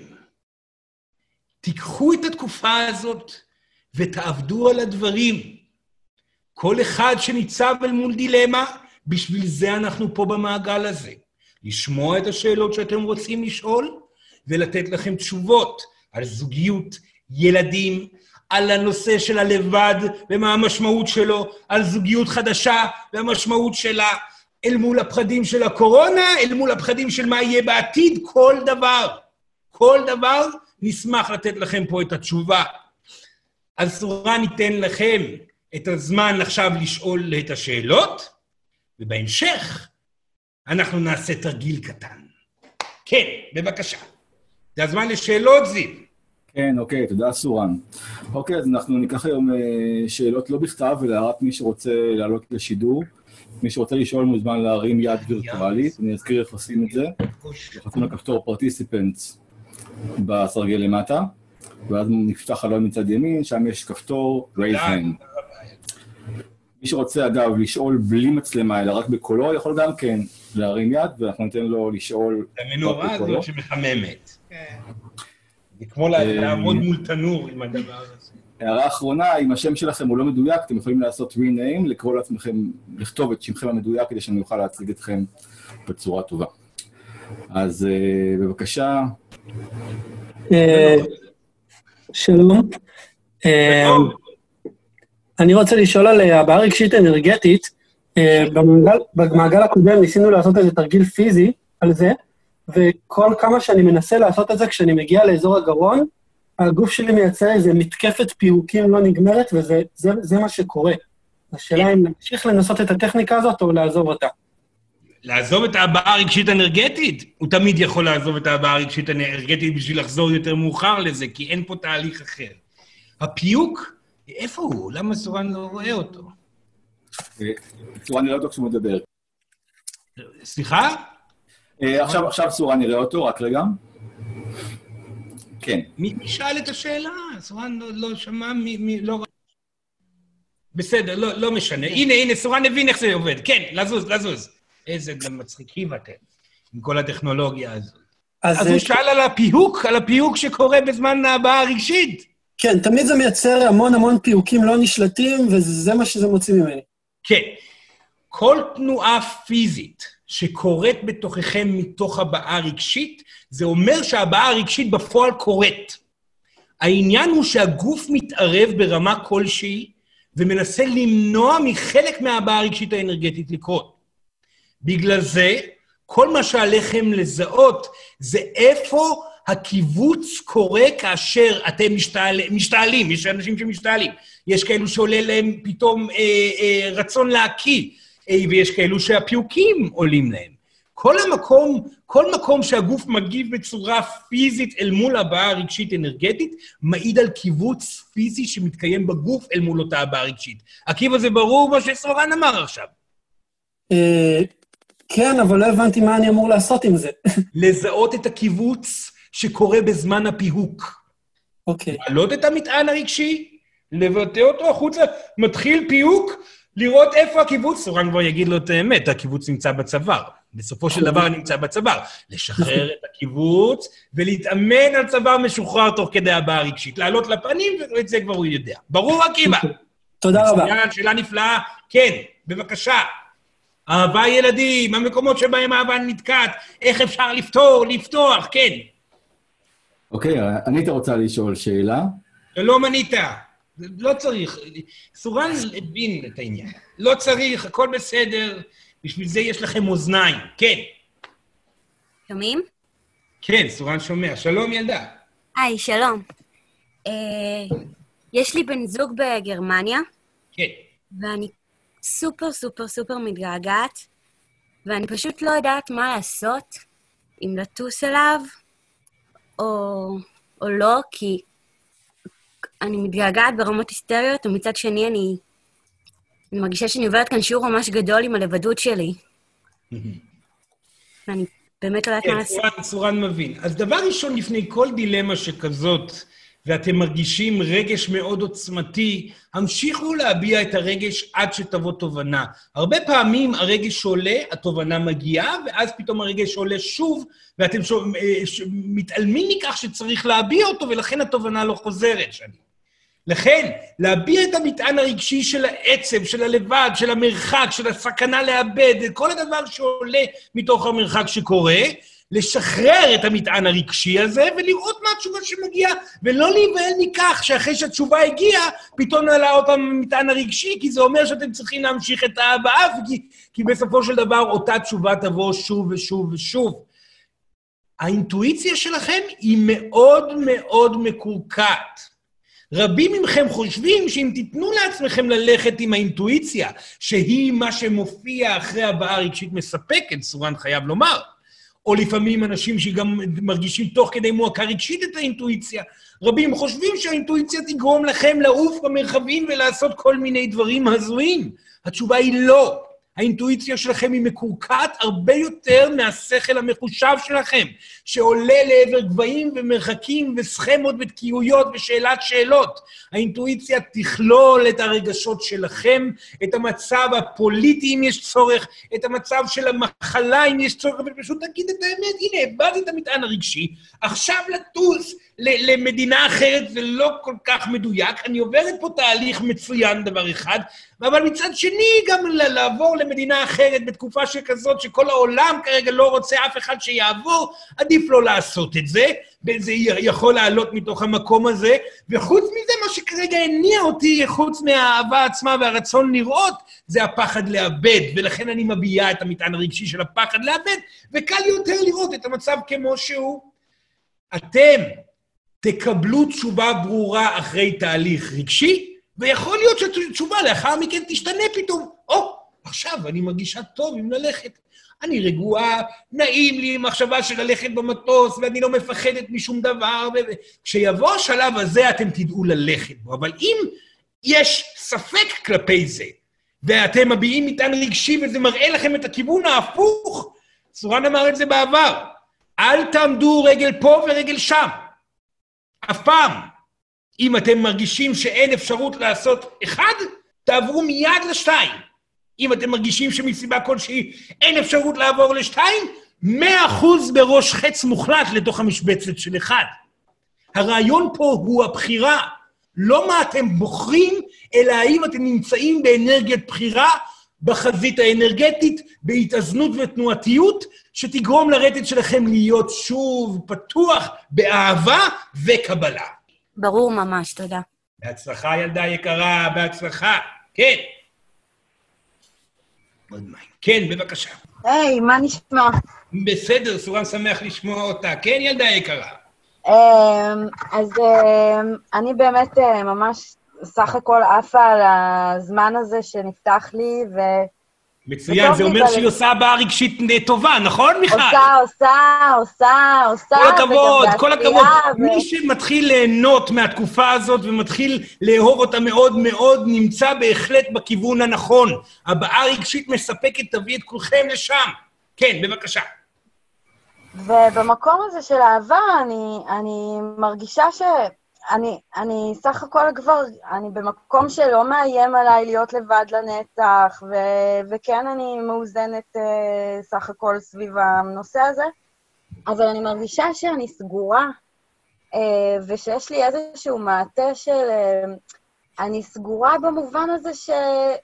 תיקחו את התקופה הזאת ותעבדו על הדברים. כל אחד שניצב אל מול דילמה, בשביל זה אנחנו פה במעגל הזה. לשמוע את השאלות שאתם רוצים לשאול, ולתת לכם תשובות על זוגיות, ילדים, על הנושא של הלבד ומה המשמעות שלו, על זוגיות חדשה והמשמעות שלה, אל מול הפחדים של הקורונה, אל מול הפחדים של מה יהיה בעתיד, כל דבר, כל דבר נשמח לתת לכם פה את התשובה. אז סורן ניתן לכם את הזמן עכשיו לשאול את השאלות, ובהמשך אנחנו נעשה תרגיל קטן. כן, בבקשה. זה הזמן לשאלות, זיו. כן, אוקיי, תודה, סורן. אוקיי, אז אנחנו ניקח היום שאלות לא בכתב, אלא רק מי שרוצה לעלות לשידור. מי שרוצה לשאול מוזמן להרים יד וירטואלית, אני אזכיר איך עושים את זה. לחצים לכפתור Participants בסרגל למטה, ואז נפתח חלון מצד ימין, שם יש כפתור Raise Hand. מי שרוצה, אגב, לשאול בלי מצלמה, אלא רק בקולו, יכול גם כן להרים יד, ואנחנו ניתן לו לשאול... המנורה הזאת שמחממת. זה כמו לעמוד מול תנור עם הדבר הזה. הערה האחרונה, אם השם שלכם הוא לא מדויק, אתם יכולים לעשות rename, לקרוא לעצמכם, לכתוב את שמכם המדויק, כדי שאני אוכל להציג אתכם בצורה טובה. אז בבקשה. שלום. אני רוצה לשאול על הבעיה רגשית אנרגטית. במעגל הקודם ניסינו לעשות איזה תרגיל פיזי על זה, וכל כמה שאני מנסה לעשות את זה, כשאני מגיע לאזור הגרון, הגוף שלי מייצר איזה מתקפת פיוקים לא נגמרת, וזה זה, זה מה שקורה. השאלה אם להמשיך לנסות את הטכניקה הזאת, או לעזוב אותה. לעזוב את הבעיה הרגשית אנרגטית? הוא תמיד יכול לעזוב את הבעיה הרגשית אנרגטית בשביל לחזור יותר מאוחר לזה, כי אין פה תהליך אחר. הפיוק, איפה הוא? למה סורן לא רואה אותו? סורן נראה אותו כשהוא מדבר. סליחה? עכשיו, עכשיו סורן נראה אותו, רק רגע. כן. מי שאל את השאלה? סורן לא שמע, מי לא... בסדר, לא משנה. הנה, הנה, סורן הבין איך זה עובד. כן, לזוז, לזוז. איזה מצחיקים אתם, עם כל הטכנולוגיה הזאת. אז הוא שאל על הפיוק, על הפיוק שקורה בזמן הבעיה הרגשית. כן, תמיד זה מייצר המון המון פיוקים לא נשלטים, וזה מה שזה מוציא ממני. כן. כל תנועה פיזית שקורית בתוככם מתוך הבעיה הרגשית, זה אומר שהבעיה הרגשית בפועל קורית. העניין הוא שהגוף מתערב ברמה כלשהי, ומנסה למנוע מחלק מהבעיה הרגשית האנרגטית לקרות. בגלל זה, כל מה שעליכם לזהות, זה איפה הקיבוץ קורה כאשר אתם משתעל, משתעלים, יש אנשים שמשתעלים, יש כאלו שעולה להם פתאום אה, אה, רצון להקיא, אה, ויש כאלו שהפיוקים עולים להם. כל המקום, כל מקום שהגוף מגיב בצורה פיזית אל מול הבעיה הרגשית אנרגטית, מעיד על קיבוץ פיזי שמתקיים בגוף אל מול אותה הבעיה הרגשית. עקיבא, זה ברור מה שסורן אמר עכשיו. כן, אבל לא הבנתי מה אני אמור לעשות עם זה. לזהות את הקיבוץ שקורה בזמן הפיהוק. אוקיי. לעלות את המטען הרגשי, לבטא אותו החוצה, מתחיל פיהוק, לראות איפה הקיבוץ, סורן כבר יגיד לו את האמת, הקיבוץ נמצא בצוואר. בסופו של דבר נמצא בצוואר. לשחרר את הקיבוץ ולהתאמן על צוואר משוחרר תוך כדי הבעיה הרגשית. לעלות לפנים, ואת זה כבר הוא יודע. ברור, עקיבא? תודה רבה. שאלה נפלאה. כן, בבקשה. אהבה ילדים, המקומות שבהם אהבה נתקעת, איך אפשר לפתור, לפתוח, כן. אוקיי, אני רוצה לשאול שאלה. לא מנית. לא צריך. סורן הבין את העניין. לא צריך, הכל בסדר. בשביל זה יש לכם אוזניים. כן. שומעים? כן, סורן שומע. שלום, ילדה. היי, שלום. יש לי בן זוג בגרמניה. כן. ואני סופר סופר סופר מתגעגעת, ואני פשוט לא יודעת מה לעשות, אם לטוס אליו, או, או לא, כי אני מתגעגעת ברמות היסטריות, ומצד שני אני, אני מרגישה שאני עוברת כאן שיעור ממש גדול עם הלבדות שלי. ואני באמת לא יודעת מה לעשות. כן, סורן מבין. אז דבר ראשון, לפני כל דילמה שכזאת, ואתם מרגישים רגש מאוד עוצמתי, המשיכו להביע את הרגש עד שתבוא תובנה. הרבה פעמים הרגש עולה, התובנה מגיעה, ואז פתאום הרגש עולה שוב, ואתם שוב, מתעלמים מכך שצריך להביע אותו, ולכן התובנה לא חוזרת שנים. לכן, להביע את המטען הרגשי של העצב, של הלבד, של המרחק, של הסכנה לאבד, כל הדבר שעולה מתוך המרחק שקורה, לשחרר את המטען הרגשי הזה, ולראות מה התשובה שמגיעה, ולא להיבהל מכך שאחרי שהתשובה הגיעה, פתאום נעלה אותם המטען הרגשי, כי זה אומר שאתם צריכים להמשיך את ההבאה, כי, כי בסופו של דבר אותה תשובה תבוא שוב ושוב ושוב. האינטואיציה שלכם היא מאוד מאוד מקורקעת. רבים מכם חושבים שאם תיתנו לעצמכם ללכת עם האינטואיציה, שהיא מה שמופיע אחרי הבאה רגשית מספקת, סורן חייב לומר, או לפעמים אנשים שגם מרגישים תוך כדי מועקה רגשית את האינטואיציה. רבים חושבים שהאינטואיציה תגרום לכם לעוף במרחבים ולעשות כל מיני דברים הזויים. התשובה היא לא. האינטואיציה שלכם היא מקורקעת הרבה יותר מהשכל המחושב שלכם, שעולה לעבר גבהים ומרחקים וסכמות ותקיעויות ושאלת שאלות. האינטואיציה תכלול את הרגשות שלכם, את המצב הפוליטי אם יש צורך, את המצב של המחלה אם יש צורך, ופשוט תגיד את האמת, הנה, הבאתי את המטען הרגשי, עכשיו לטוס למדינה אחרת זה לא כל כך מדויק, אני עוברת פה תהליך מצוין דבר אחד, אבל מצד שני גם לעבור למדינה אחרת בתקופה שכזאת שכל העולם כרגע לא רוצה אף אחד שיעבור, עדיף לא לעשות את זה, וזה יכול לעלות מתוך המקום הזה, וחוץ מזה מה שכרגע הניע אותי, חוץ מהאהבה עצמה והרצון לראות, זה הפחד לאבד, ולכן אני מביעה את המטען הרגשי של הפחד לאבד, וקל יותר לראות את המצב כמו שהוא. אתם תקבלו תשובה ברורה אחרי תהליך רגשי, ויכול להיות שהתשובה לאחר מכן תשתנה פתאום. או, עכשיו אני מרגישה טוב עם ללכת. אני רגועה, נעים לי מחשבה של ללכת במטוס, ואני לא מפחדת משום דבר. כשיבוא השלב הזה אתם תדעו ללכת בו. אבל אם יש ספק כלפי זה, ואתם מביעים מטען רגשי וזה מראה לכם את הכיוון ההפוך, סורן אמר את זה בעבר, אל תעמדו רגל פה ורגל שם. אף פעם. אם אתם מרגישים שאין אפשרות לעשות אחד, תעברו מיד לשתיים. אם אתם מרגישים שמסיבה כלשהי אין אפשרות לעבור לשתיים, מאה אחוז בראש חץ מוחלט לתוך המשבצת של אחד. הרעיון פה הוא הבחירה. לא מה אתם בוחרים, אלא האם אתם נמצאים באנרגיית בחירה, בחזית האנרגטית, בהתאזנות ותנועתיות, שתגרום לרטט שלכם להיות שוב פתוח באהבה וקבלה. ברור ממש, תודה. בהצלחה, ילדה יקרה, בהצלחה. כן. כן, בבקשה. היי, מה נשמע? בסדר, סורן שמח לשמוע אותה. כן, ילדה יקרה. אז אני באמת ממש סך הכל עפה על הזמן הזה שנפתח לי, ו... מצוין, זה אומר שהיא עושה הבאה רגשית טובה, נכון, מיכל? עושה, עושה, עושה, עושה. כל הכבוד, כל הכבוד. מי שמתחיל ליהנות מהתקופה הזאת ומתחיל לאהוב אותה מאוד מאוד, נמצא בהחלט בכיוון הנכון. הבאה רגשית מספקת, תביא את כולכם לשם. כן, בבקשה. ובמקום הזה של אהבה, אני, אני מרגישה ש... אני, אני סך הכל כבר, אני במקום שלא מאיים עליי להיות לבד לנצח, ו, וכן אני מאוזנת uh, סך הכל סביב הנושא הזה, אבל אני מרגישה שאני סגורה, uh, ושיש לי איזשהו מעטה של... Uh, אני סגורה במובן הזה ש...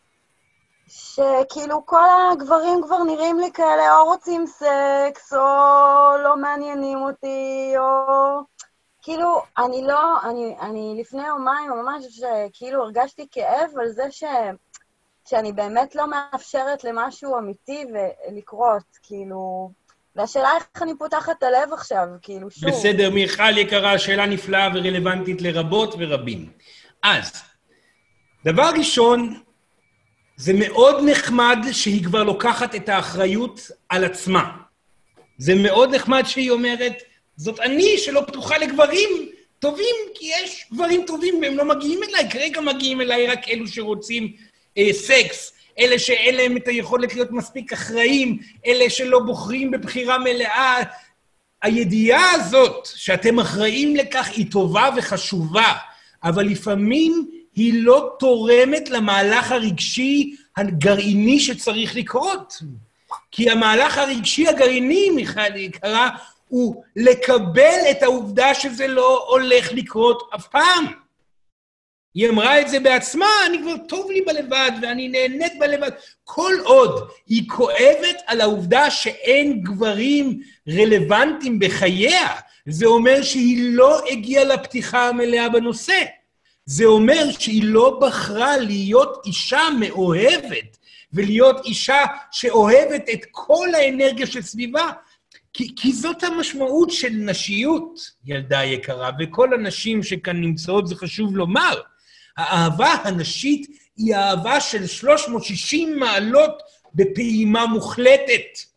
שכאילו כל הגברים כבר נראים לי כאלה, או רוצים סקס, או לא מעניינים אותי, או... כאילו, אני לא, אני, אני לפני יומיים ממש שכאילו הרגשתי כאב על זה ש, שאני באמת לא מאפשרת למשהו אמיתי ולקרות, כאילו, והשאלה איך אני פותחת את הלב עכשיו, כאילו, שוב. בסדר, מיכל יקרה, שאלה נפלאה ורלוונטית לרבות ורבים. אז, דבר ראשון, זה מאוד נחמד שהיא כבר לוקחת את האחריות על עצמה. זה מאוד נחמד שהיא אומרת, זאת אני שלא פתוחה לגברים טובים, כי יש גברים טובים והם לא מגיעים אליי, כרגע מגיעים אליי רק אלו שרוצים אה, סקס, אלה שאין להם את היכולת להיות מספיק אחראים, אלה שלא בוחרים בבחירה מלאה. הידיעה הזאת שאתם אחראים לכך היא טובה וחשובה, אבל לפעמים היא לא תורמת למהלך הרגשי הגרעיני שצריך לקרות. כי המהלך הרגשי הגרעיני, מיכל יקרה, הוא לקבל את העובדה שזה לא הולך לקרות אף פעם. היא אמרה את זה בעצמה, אני כבר טוב לי בלבד, ואני נהנית בלבד. כל עוד היא כואבת על העובדה שאין גברים רלוונטיים בחייה, זה אומר שהיא לא הגיעה לפתיחה המלאה בנושא. זה אומר שהיא לא בחרה להיות אישה מאוהבת, ולהיות אישה שאוהבת את כל האנרגיה של סביבה, כי, כי זאת המשמעות של נשיות, ילדה יקרה, וכל הנשים שכאן נמצאות, זה חשוב לומר, האהבה הנשית היא אהבה של שלוש מאות ושישים מעלות בפעימה מוחלטת.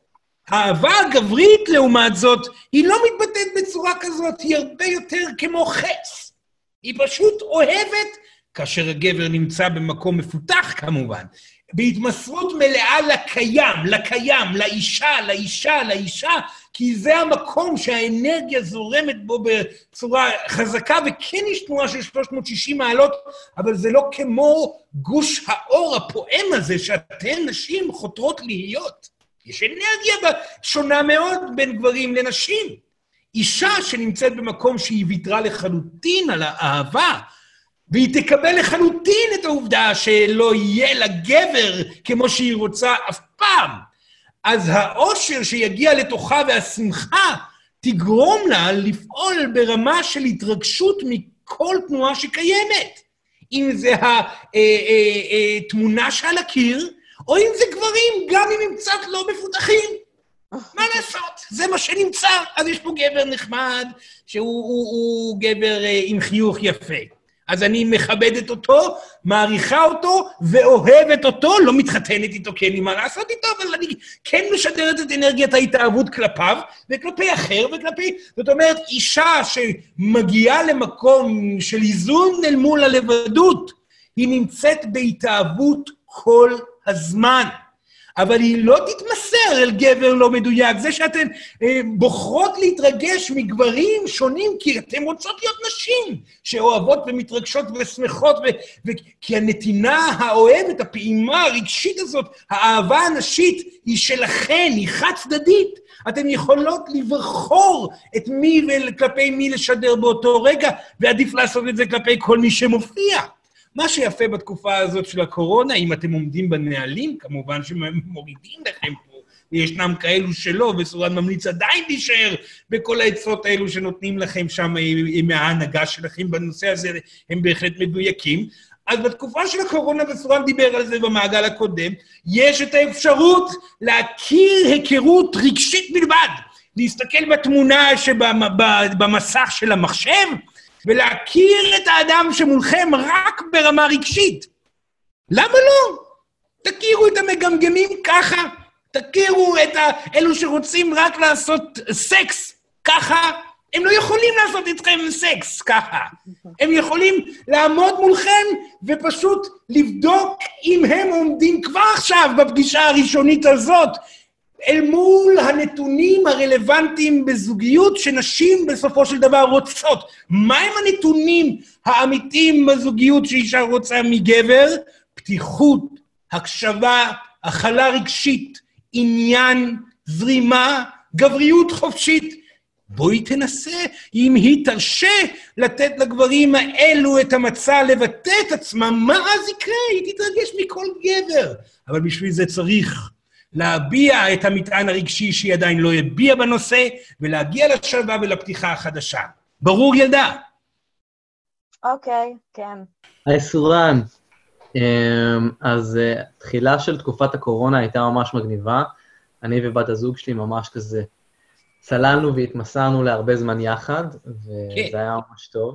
האהבה הגברית, לעומת זאת, היא לא מתבטאת בצורה כזאת, היא הרבה יותר כמו חץ. היא פשוט אוהבת, כאשר הגבר נמצא במקום מפותח כמובן, בהתמסרות מלאה לקיים, לקיים, לאישה, לאישה, לאישה, כי זה המקום שהאנרגיה זורמת בו בצורה חזקה, וכן יש תנועה של שלוש מאות ושישים מעלות, אבל זה לא כמו גוש האור הפועם הזה, שאתן נשים חותרות להיות. יש אנרגיה שונה מאוד בין גברים לנשים. אישה שנמצאת במקום שהיא ויתרה לחלוטין על האהבה, והיא תקבל לחלוטין את העובדה שלא יהיה לה גבר כמו שהיא רוצה אף פעם. אז האושר שיגיע לתוכה והשמחה תגרום לה לפעול ברמה של התרגשות מכל תנועה שקיימת. אם זה התמונה שעל הקיר, או אם זה גברים, גם אם הם קצת לא מפותחים. מה לעשות? זה מה שנמצא. אז יש פה גבר נחמד, שהוא הוא, הוא גבר עם חיוך יפה. אז אני מכבדת אותו, מעריכה אותו, ואוהבת אותו, לא מתחתנת איתו, כי אין לי מה לעשות איתו, אבל אני כן משדרת את אנרגיית ההתאהבות כלפיו, וכלפי אחר, וכלפי... זאת אומרת, אישה שמגיעה למקום של איזון אל מול הלבדות, היא נמצאת בהתאהבות כל הזמן. אבל היא לא תתמסר אל גבר לא מדויק. זה שאתן אה, בוחרות להתרגש מגברים שונים, כי אתן רוצות להיות נשים שאוהבות ומתרגשות ושמחות, ו- ו- כי הנתינה האוהבת, הפעימה הרגשית הזאת, האהבה הנשית היא שלכן, היא חד צדדית. אתן יכולות לבחור את מי וכלפי מי לשדר באותו רגע, ועדיף לעשות את זה כלפי כל מי שמופיע. מה שיפה בתקופה הזאת של הקורונה, אם אתם עומדים בנהלים, כמובן שמורידים לכם פה, וישנם כאלו שלא, וסורן ממליץ עדיין להישאר בכל העצות האלו שנותנים לכם שם מההנהגה שלכם בנושא הזה, הם בהחלט מדויקים. אז בתקופה של הקורונה, וסורן דיבר על זה במעגל הקודם, יש את האפשרות להכיר היכרות רגשית בלבד, להסתכל בתמונה שבמסך של המחשב, ולהכיר את האדם שמולכם רק ברמה רגשית. למה לא? תכירו את המגמגמים ככה, תכירו את אלו שרוצים רק לעשות סקס ככה, הם לא יכולים לעשות איתכם סקס ככה. הם יכולים לעמוד מולכם ופשוט לבדוק אם הם עומדים כבר עכשיו בפגישה הראשונית הזאת, אל מול הנתונים הרלוונטיים בזוגיות שנשים בסופו של דבר רוצות. מהם הנתונים האמיתיים בזוגיות שאישה רוצה מגבר? פתיחות, הקשבה, הכלה רגשית, עניין, זרימה, גבריות חופשית. בואי תנסה, אם היא תרשה לתת לגברים האלו את המצע לבטא את עצמם, מה אז יקרה? היא תתרגש מכל גבר. אבל בשביל זה צריך להביע את המטען הרגשי שהיא עדיין לא הביע בנושא, ולהגיע לשלווה ולפתיחה החדשה. ברור ילדה? אוקיי, כן. היי סורן, אז תחילה של תקופת הקורונה הייתה ממש מגניבה, אני ובת הזוג שלי ממש כזה צללנו והתמסרנו להרבה זמן יחד, וזה היה ממש טוב.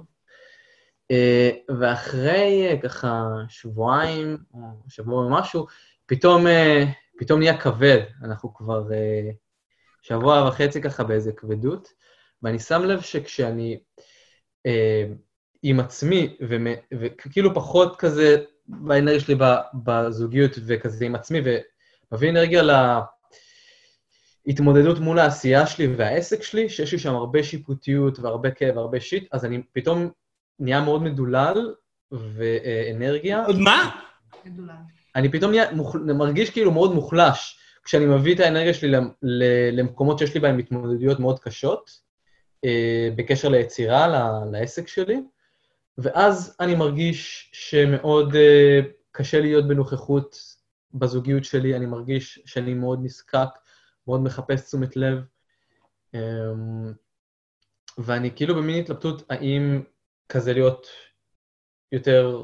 ואחרי ככה שבועיים, או שבוע ומשהו, פתאום... פתאום נהיה כבד, אנחנו כבר uh, שבוע וחצי ככה באיזה כבדות, ואני שם לב שכשאני uh, עם עצמי, וכאילו פחות כזה באנרגיה שלי בזוגיות וכזה עם עצמי, ומביא אנרגיה להתמודדות מול העשייה שלי והעסק שלי, שיש לי שם הרבה שיפוטיות והרבה כאב והרבה שיט, אז אני פתאום נהיה מאוד מדולל ואנרגיה. עוד מה? מדולל. אני פתאום מרגיש כאילו מאוד מוחלש, כשאני מביא את האנרגיה שלי למקומות שיש לי בהם התמודדויות מאוד קשות, בקשר ליצירה, לעסק שלי, ואז אני מרגיש שמאוד קשה להיות בנוכחות בזוגיות שלי, אני מרגיש שאני מאוד נזקק, מאוד מחפש תשומת לב, ואני כאילו במין התלבטות, האם כזה להיות יותר...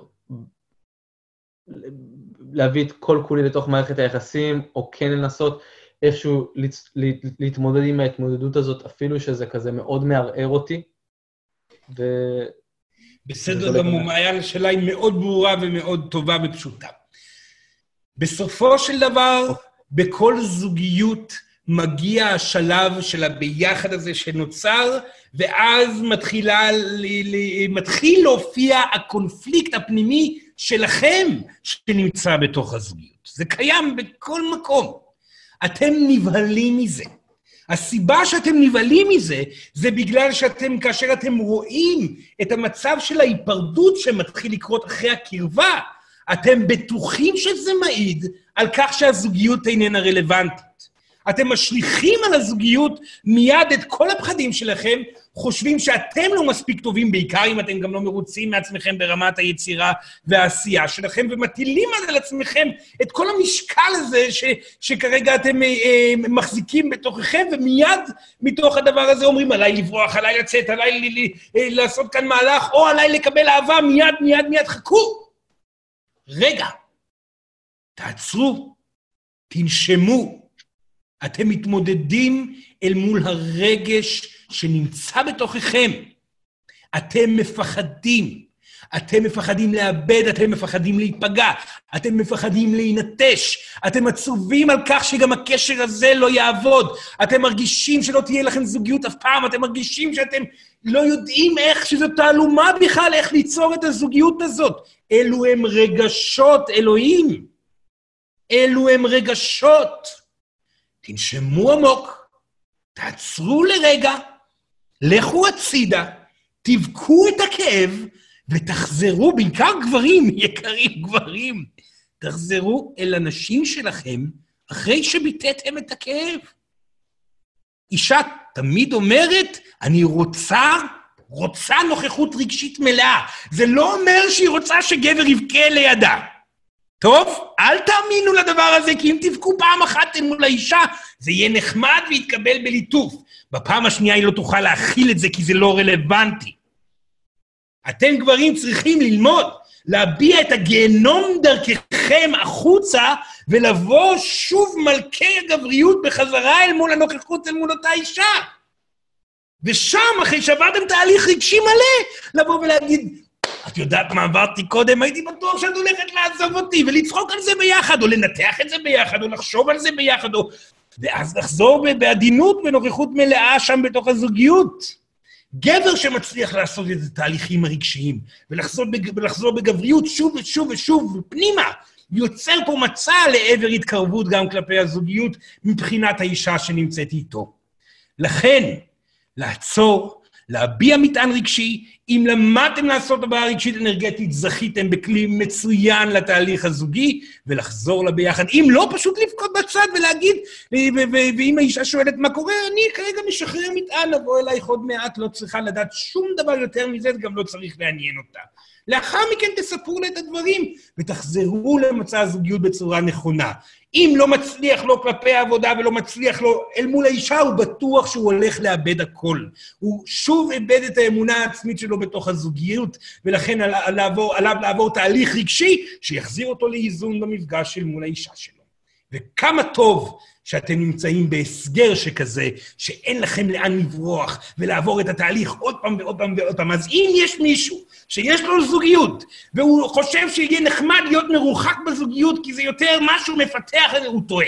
להביא את כל כולי לתוך מערכת היחסים, או כן לנסות איכשהו להתמודד עם ההתמודדות הזאת, אפילו שזה כזה מאוד מערער אותי. ו... בסדר גמור, מעיין, השאלה היא מאוד ברורה ומאוד טובה ופשוטה. בסופו של דבר, בכל זוגיות מגיע השלב של הביחד הזה שנוצר, ואז מתחילה, מתחיל להופיע הקונפליקט הפנימי שלכם שנמצא בתוך הזוגיות. זה קיים בכל מקום. אתם נבהלים מזה. הסיבה שאתם נבהלים מזה, זה בגלל שאתם, כאשר אתם רואים את המצב של ההיפרדות שמתחיל לקרות אחרי הקרבה, אתם בטוחים שזה מעיד על כך שהזוגיות איננה רלוונטית. אתם משליכים על הזוגיות מיד את כל הפחדים שלכם, חושבים שאתם לא מספיק טובים, בעיקר אם אתם גם לא מרוצים מעצמכם ברמת היצירה והעשייה שלכם, ומטילים על עצמכם את כל המשקל הזה ש, שכרגע אתם אה, אה, מחזיקים בתוככם, ומיד מתוך הדבר הזה אומרים, עליי לברוח, עליי לצאת, עליי ל, ל, אה, לעשות כאן מהלך, או עליי לקבל אהבה, מיד, מיד, מיד, חכו. רגע, תעצרו, תנשמו. אתם מתמודדים אל מול הרגש שנמצא בתוככם. אתם מפחדים. אתם מפחדים לאבד, אתם מפחדים להיפגע, אתם מפחדים להינטש, אתם עצובים על כך שגם הקשר הזה לא יעבוד, אתם מרגישים שלא תהיה לכם זוגיות אף פעם, אתם מרגישים שאתם לא יודעים איך, שזו תעלומה בכלל, איך ליצור את הזוגיות הזאת. אלו הם רגשות, אלוהים. אלו הם רגשות. תנשמו עמוק, תעצרו לרגע, לכו הצידה, תבכו את הכאב, ותחזרו, בעיקר גברים, יקרים גברים, תחזרו אל הנשים שלכם, אחרי שביטאתם את הכאב. אישה תמיד אומרת, אני רוצה, רוצה נוכחות רגשית מלאה. זה לא אומר שהיא רוצה שגבר יבכה לידה. טוב, אל תאמינו לדבר הזה, כי אם תבכו פעם אחת מול האישה, זה יהיה נחמד ויתקבל בליטוף. בפעם השנייה היא לא תוכל להכיל את זה, כי זה לא רלוונטי. אתם גברים צריכים ללמוד, להביע את הגיהנום דרככם החוצה, ולבוא שוב מלכי הגבריות בחזרה אל מול הנוכחות, אל מול אותה אישה. ושם, אחרי שעברתם תהליך רגשי מלא, לבוא ולהגיד, את יודעת מה עברתי קודם? הייתי בטוח שאת הולכת לעזוב אותי, ולצחוק על זה ביחד, או לנתח את זה ביחד, או לחשוב על זה ביחד, או... ואז לחזור בעדינות ונוכחות מלאה שם בתוך הזוגיות. גבר שמצליח לעשות את התהליכים הרגשיים, ולחזור, בג... ולחזור בגבריות שוב ושוב ושוב פנימה, יוצר פה מצע לעבר התקרבות גם כלפי הזוגיות, מבחינת האישה שנמצאת איתו. לכן, לעצור, להביע מטען רגשי, אם למדתם לעשות הבעה רגשית אנרגטית, זכיתם בכלי מצוין לתהליך הזוגי, ולחזור לה ביחד. אם לא, פשוט לבכות בצד ולהגיד, ואם האישה שואלת מה קורה, אני כרגע משחרר מטען, לבוא אלייך עוד מעט, לא צריכה לדעת שום דבר יותר מזה, גם לא צריך לעניין אותה. לאחר מכן תספרו לה את הדברים, ותחזרו למצע הזוגיות בצורה נכונה. אם לא מצליח לו כלפי העבודה ולא מצליח לו אל מול האישה, הוא בטוח שהוא הולך לאבד הכל. הוא שוב איבד את האמונה העצמית שלו בתוך הזוגיות, ולכן עליו לעבור, עליו לעבור תהליך רגשי שיחזיר אותו לאיזון במפגש של מול האישה שלו. וכמה טוב שאתם נמצאים בהסגר שכזה, שאין לכם לאן לברוח ולעבור את התהליך עוד פעם ועוד פעם ועוד פעם. אז אם יש מישהו שיש לו זוגיות, והוא חושב שיהיה נחמד להיות מרוחק בזוגיות, כי זה יותר משהו מפתח, הוא טועה.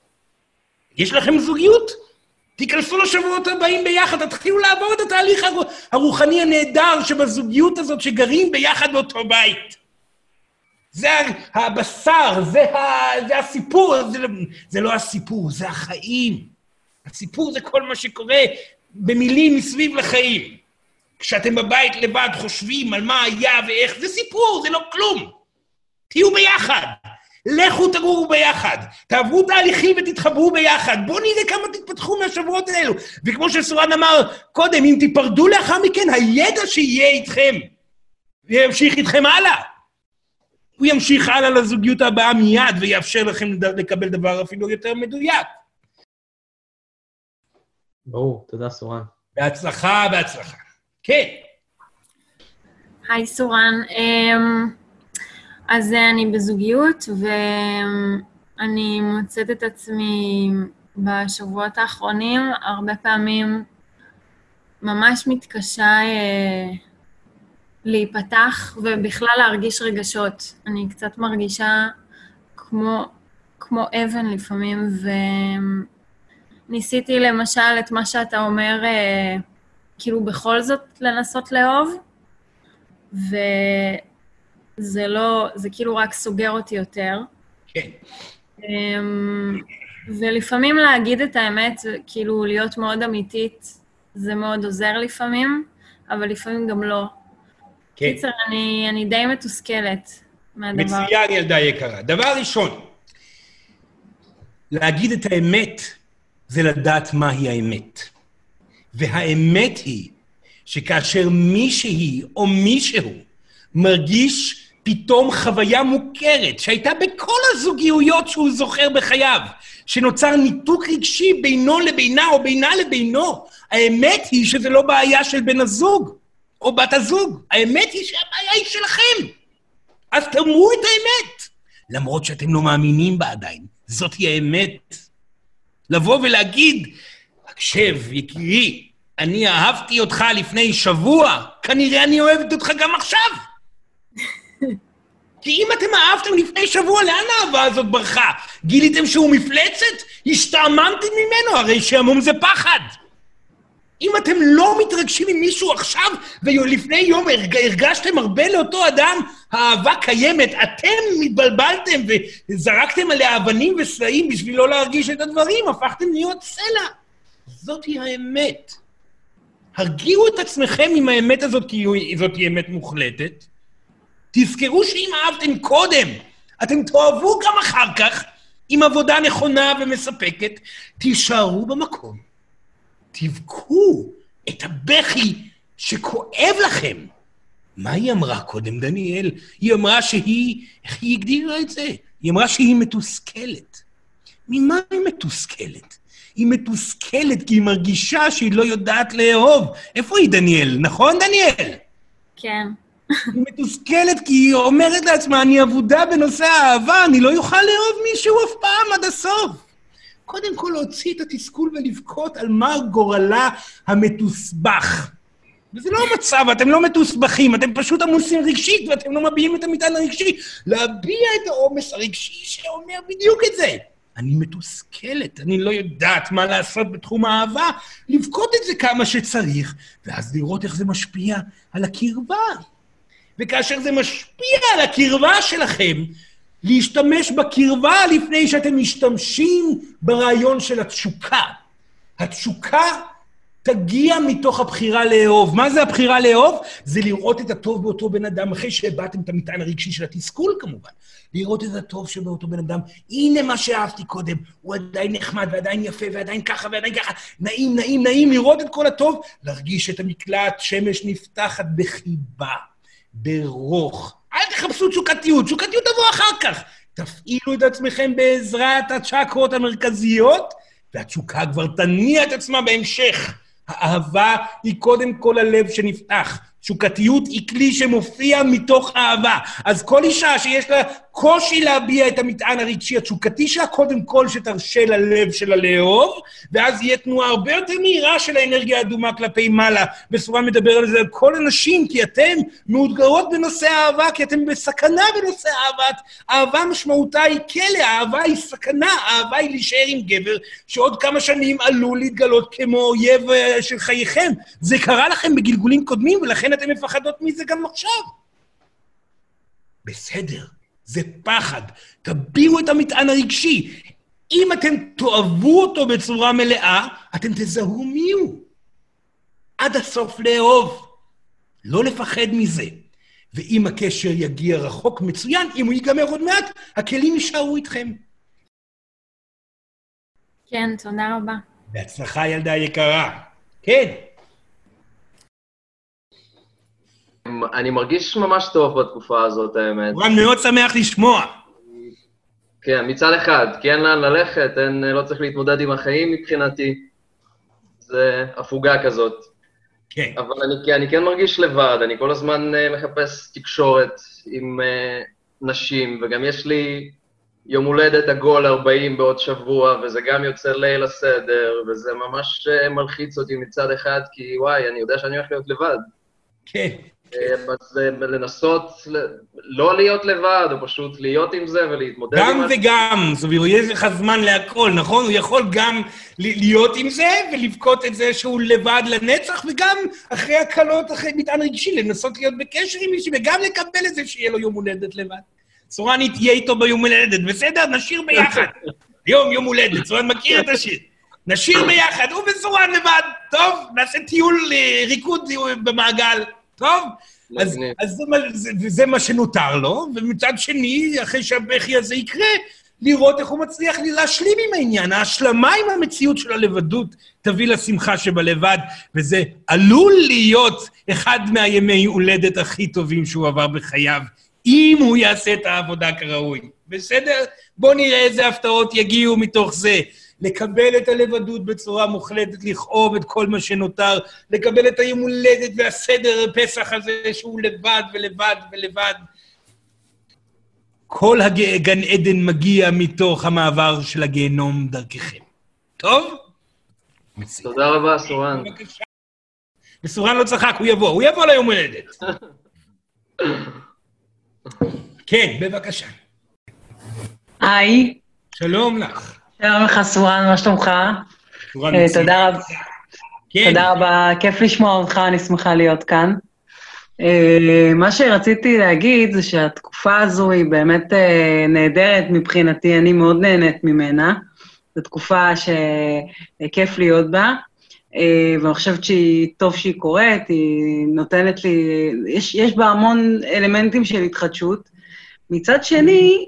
יש לכם זוגיות? תיכנסו לשבועות הבאים ביחד, תתחילו לעבור את התהליך הרוחני הנהדר שבזוגיות הזאת שגרים ביחד באותו בית. זה הבשר, זה, ה, זה הסיפור, זה, זה לא הסיפור, זה החיים. הסיפור זה כל מה שקורה במילים מסביב לחיים. כשאתם בבית לבד חושבים על מה היה ואיך, זה סיפור, זה לא כלום. תהיו ביחד, לכו תגורו ביחד, תעברו תהליכים ותתחברו ביחד, בואו נראה כמה תתפתחו מהשבועות האלו. וכמו שסורן אמר קודם, אם תיפרדו לאחר מכן, הידע שיהיה איתכם, וימשיך איתכם הלאה. הוא ימשיך הלאה לזוגיות הבאה מיד, ויאפשר לכם לקבל דבר אפילו יותר מדויק. ברור, תודה סורן. בהצלחה, בהצלחה. כן. היי סורן, אז אני בזוגיות, ואני מוצאת את עצמי בשבועות האחרונים, הרבה פעמים ממש מתקשה להיפתח ובכלל להרגיש רגשות. אני קצת מרגישה כמו, כמו אבן לפעמים, ניסיתי למשל את מה שאתה אומר, אה, כאילו בכל זאת לנסות לאהוב, וזה לא, זה כאילו רק סוגר אותי יותר. כן. ולפעמים להגיד את האמת, כאילו להיות מאוד אמיתית, זה מאוד עוזר לפעמים, אבל לפעמים גם לא. כן. קיצר, אני, אני די מתוסכלת מהדבר. מצוין, ילדה יקרה. דבר ראשון, להגיד את האמת זה לדעת מהי האמת. והאמת היא שכאשר מישהי או מישהו מרגיש פתאום חוויה מוכרת, שהייתה בכל הזוגיות שהוא זוכר בחייו, שנוצר ניתוק רגשי בינו לבינה או בינה לבינו, האמת היא שזה לא בעיה של בן הזוג או בת הזוג, האמת היא שהבעיה היא שלכם. אז תאמרו את האמת, למרות שאתם לא מאמינים בה עדיין, זאת היא האמת. לבוא ולהגיד, הקשב, יקירי, אני אהבתי אותך לפני שבוע, כנראה אני אוהבת אותך גם עכשיו. כי אם אתם אהבתם לפני שבוע, לאן האהבה הזאת ברחה? גיליתם שהוא מפלצת? השתעממתם ממנו, הרי שעמום זה פחד. אם אתם לא מתרגשים עם מישהו עכשיו, ולפני יום הרגשתם הרבה לאותו אדם, האהבה קיימת, אתם מתבלבלתם וזרקתם עליה אבנים וסלעים בשביל לא להרגיש את הדברים, הפכתם להיות סלע. זאת היא האמת. הרגיעו את עצמכם עם האמת הזאת, כי זאת היא אמת מוחלטת. תזכרו שאם אהבתם קודם, אתם תאהבו גם אחר כך, עם עבודה נכונה ומספקת, תישארו במקום. תבכו את הבכי שכואב לכם. מה היא אמרה קודם, דניאל? היא אמרה שהיא, איך היא הגדירה את זה? היא אמרה שהיא מתוסכלת. ממה היא מתוסכלת? היא מתוסכלת כי היא מרגישה שהיא לא יודעת לאהוב. איפה היא, דניאל? נכון, דניאל? כן. היא מתוסכלת כי היא אומרת לעצמה, אני עבודה בנושא האהבה, אני לא יוכל לאהוב מישהו אף פעם עד הסוף. קודם כל להוציא את התסכול ולבכות על מה גורלה המתוסבך. וזה לא המצב, אתם לא מתוסבכים, אתם פשוט עמוסים רגשית, ואתם לא מביעים את המטען הרגשי. להביע את העומס הרגשי שאומר בדיוק את זה. אני מתוסכלת, אני לא יודעת מה לעשות בתחום האהבה, לבכות את זה כמה שצריך, ואז לראות איך זה משפיע על הקרבה. וכאשר זה משפיע על הקרבה שלכם, להשתמש בקרבה לפני שאתם משתמשים ברעיון של התשוקה. התשוקה תגיע מתוך הבחירה לאהוב. מה זה הבחירה לאהוב? זה לראות את הטוב באותו בן אדם, אחרי שהבאתם את המטען הרגשי של התסכול כמובן. לראות את הטוב שבאותו בן אדם. הנה מה שאהבתי קודם, הוא עדיין נחמד ועדיין יפה ועדיין ככה ועדיין ככה. נעים, נעים, נעים, לראות את כל הטוב, להרגיש את המקלט שמש נפתחת בחיבה, ברוך. אל תחפשו תשוקתיות, תשוקתיות תבוא אחר כך. תפעילו את עצמכם בעזרת הצ'קרות המרכזיות, והתשוקה כבר תניע את עצמה בהמשך. האהבה היא קודם כל הלב שנפתח. תשוקתיות היא כלי שמופיע מתוך אהבה. אז כל אישה שיש לה קושי להביע את המטען הרגשי התשוקתי שלה, קודם כל שתרשה ללב שלה לאהוב, ואז יהיה תנועה הרבה יותר מהירה של האנרגיה האדומה כלפי מעלה. בסורה מדבר על זה על כל אנשים, כי אתם מאותגרות בנושא האהבה, כי אתם בסכנה בנושא אהבת. אהבה משמעותה היא כלא, אהבה היא סכנה, אהבה היא להישאר עם גבר, שעוד כמה שנים עלול להתגלות כמו אויב של חייכם. זה קרה לכם בגלגולים קודמים, ולכן אתם מפחדות מזה גם עכשיו. בסדר. זה פחד. תביאו את המטען הרגשי. אם אתם תאהבו אותו בצורה מלאה, אתם תזהו מי הוא. עד הסוף לאהוב. לא לפחד מזה. ואם הקשר יגיע רחוק מצוין, אם הוא ייגמר עוד מעט, הכלים יישארו איתכם. כן, תודה רבה. בהצלחה, ילדה יקרה. כן. אני מרגיש ממש טוב בתקופה הזאת, האמת. אני מאוד שמח לשמוע. כן, מצד אחד, כי אין לאן ללכת, אין, לא צריך להתמודד עם החיים מבחינתי. זה הפוגה כזאת. כן. אבל אני, אני כן מרגיש לבד, אני כל הזמן מחפש תקשורת עם uh, נשים, וגם יש לי יום הולדת עגול ארבעים בעוד שבוע, וזה גם יוצא ליל הסדר, וזה ממש uh, מלחיץ אותי מצד אחד, כי וואי, אני יודע שאני הולך להיות לבד. כן. אז לנסות לא להיות לבד, או פשוט להיות עם זה ולהתמודד עם גם וגם, זאת אומרת, יש לך זמן להכל, נכון? הוא יכול גם להיות עם זה ולבכות את זה שהוא לבד לנצח, וגם אחרי הקלות, אחרי מטען רגשי, לנסות להיות בקשר עם מישהו, וגם לקבל את זה שיהיה לו יום הולדת לבד. סורן תהיה איתו ביום הולדת, בסדר? נשיר ביחד. יום, יום הולדת, סורן מכיר את השיר. נשיר ביחד, הוא וסורן לבד, טוב? נעשה טיול ריקוד במעגל, טוב? אז, אז זה, זה, זה מה שנותר לו, ומצד שני, אחרי שהבכי הזה יקרה, לראות איך הוא מצליח להשלים עם העניין. ההשלמה עם המציאות של הלבדות תביא לשמחה שבלבד, וזה עלול להיות אחד מהימי הולדת הכי טובים שהוא עבר בחייו, אם הוא יעשה את העבודה כראוי. בסדר? בואו נראה איזה הפתעות יגיעו מתוך זה. לקבל את הלבדות בצורה מוחלטת, לכאוב את כל מה שנותר, לקבל את היום הולדת והסדר פסח הזה שהוא לבד ולבד ולבד. כל הגן עדן מגיע מתוך המעבר של הגיהנום דרככם. טוב? תודה רבה, סורן. וסורן לא צחק, הוא יבוא, הוא יבוא ליום הולדת. כן, בבקשה. היי. שלום לך. שלום לך, סורן, מה שלומך? תודה רבה. תודה רבה, כיף לשמוע אותך, אני שמחה להיות כאן. מה שרציתי להגיד זה שהתקופה הזו היא באמת נהדרת מבחינתי, אני מאוד נהנית ממנה. זו תקופה שכיף להיות בה, ואני חושבת שהיא טוב שהיא קורית, היא נותנת לי, יש, יש בה המון אלמנטים של התחדשות. מצד שני,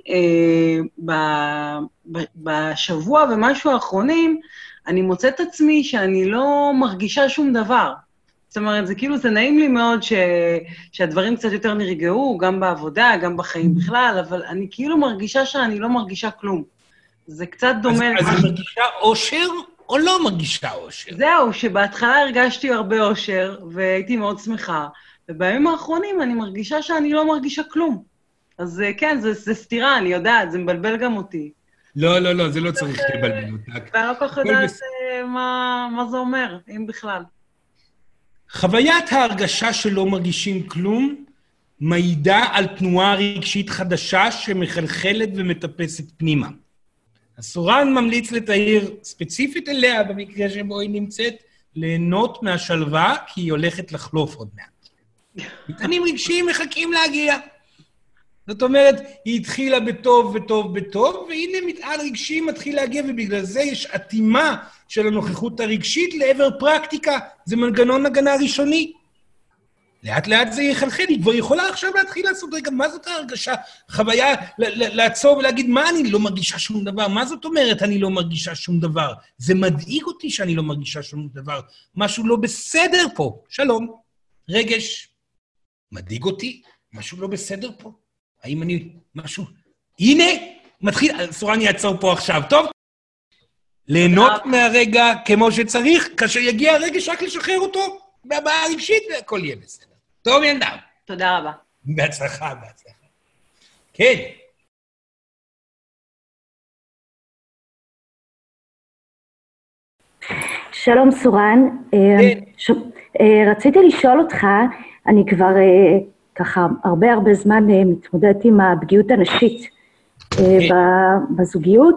בשבוע ומשהו האחרונים, אני מוצאת עצמי שאני לא מרגישה שום דבר. זאת אומרת, זה כאילו, זה נעים לי מאוד ש, שהדברים קצת יותר נרגעו, גם בעבודה, גם בחיים בכלל, אבל אני כאילו מרגישה שאני לא מרגישה כלום. זה קצת דומה... אז היא מרגישה אושר או לא מרגישה אושר? זהו, שבהתחלה הרגשתי הרבה אושר, והייתי מאוד שמחה, ובימים האחרונים אני מרגישה שאני לא מרגישה כלום. אז כן, זה, זה סתירה, אני יודעת, זה מבלבל גם אותי. לא, לא, לא, זה לא צריך לבלבל אותך. ואני לא כל כך יודעת מה, מה זה אומר, אם בכלל. חוויית ההרגשה שלא מרגישים כלום, מעידה על תנועה רגשית חדשה שמחלחלת ומטפסת פנימה. הסורן ממליץ לתאיר ספציפית אליה, במקרה שבו היא נמצאת, ליהנות מהשלווה, כי היא הולכת לחלוף עוד מעט. מטענים רגשיים מחכים להגיע. זאת אומרת, היא התחילה בטוב וטוב וטוב, והנה מטען רגשי מתחיל להגיע, ובגלל זה יש עתימה של הנוכחות הרגשית לעבר פרקטיקה. זה מנגנון הגנה ראשוני. לאט לאט זה יחלחל, היא כבר יכולה עכשיו להתחיל לעשות, רגע, מה זאת ההרגשה? חוויה לעצור ולהגיד, מה אני לא מרגישה שום דבר? מה זאת אומרת אני לא מרגישה שום דבר? זה מדאיג אותי שאני לא מרגישה שום דבר. משהו לא בסדר פה. שלום. רגש. מדאיג אותי? משהו לא בסדר פה. האם אני... משהו... הנה! מתחיל... סורן יעצור פה עכשיו, טוב? ליהנות מהרגע כמו שצריך, כאשר יגיע הרגש רק לשחרר אותו, בהבעה רגשית, והכל יהיה בסדר. טוב, ילדה. תודה רבה. בהצלחה, בהצלחה. כן. שלום, סורן. כן. ש... רציתי לשאול אותך, אני כבר ככה הרבה הרבה זמן מתמודדת עם הפגיעות הנשית כן. בזוגיות,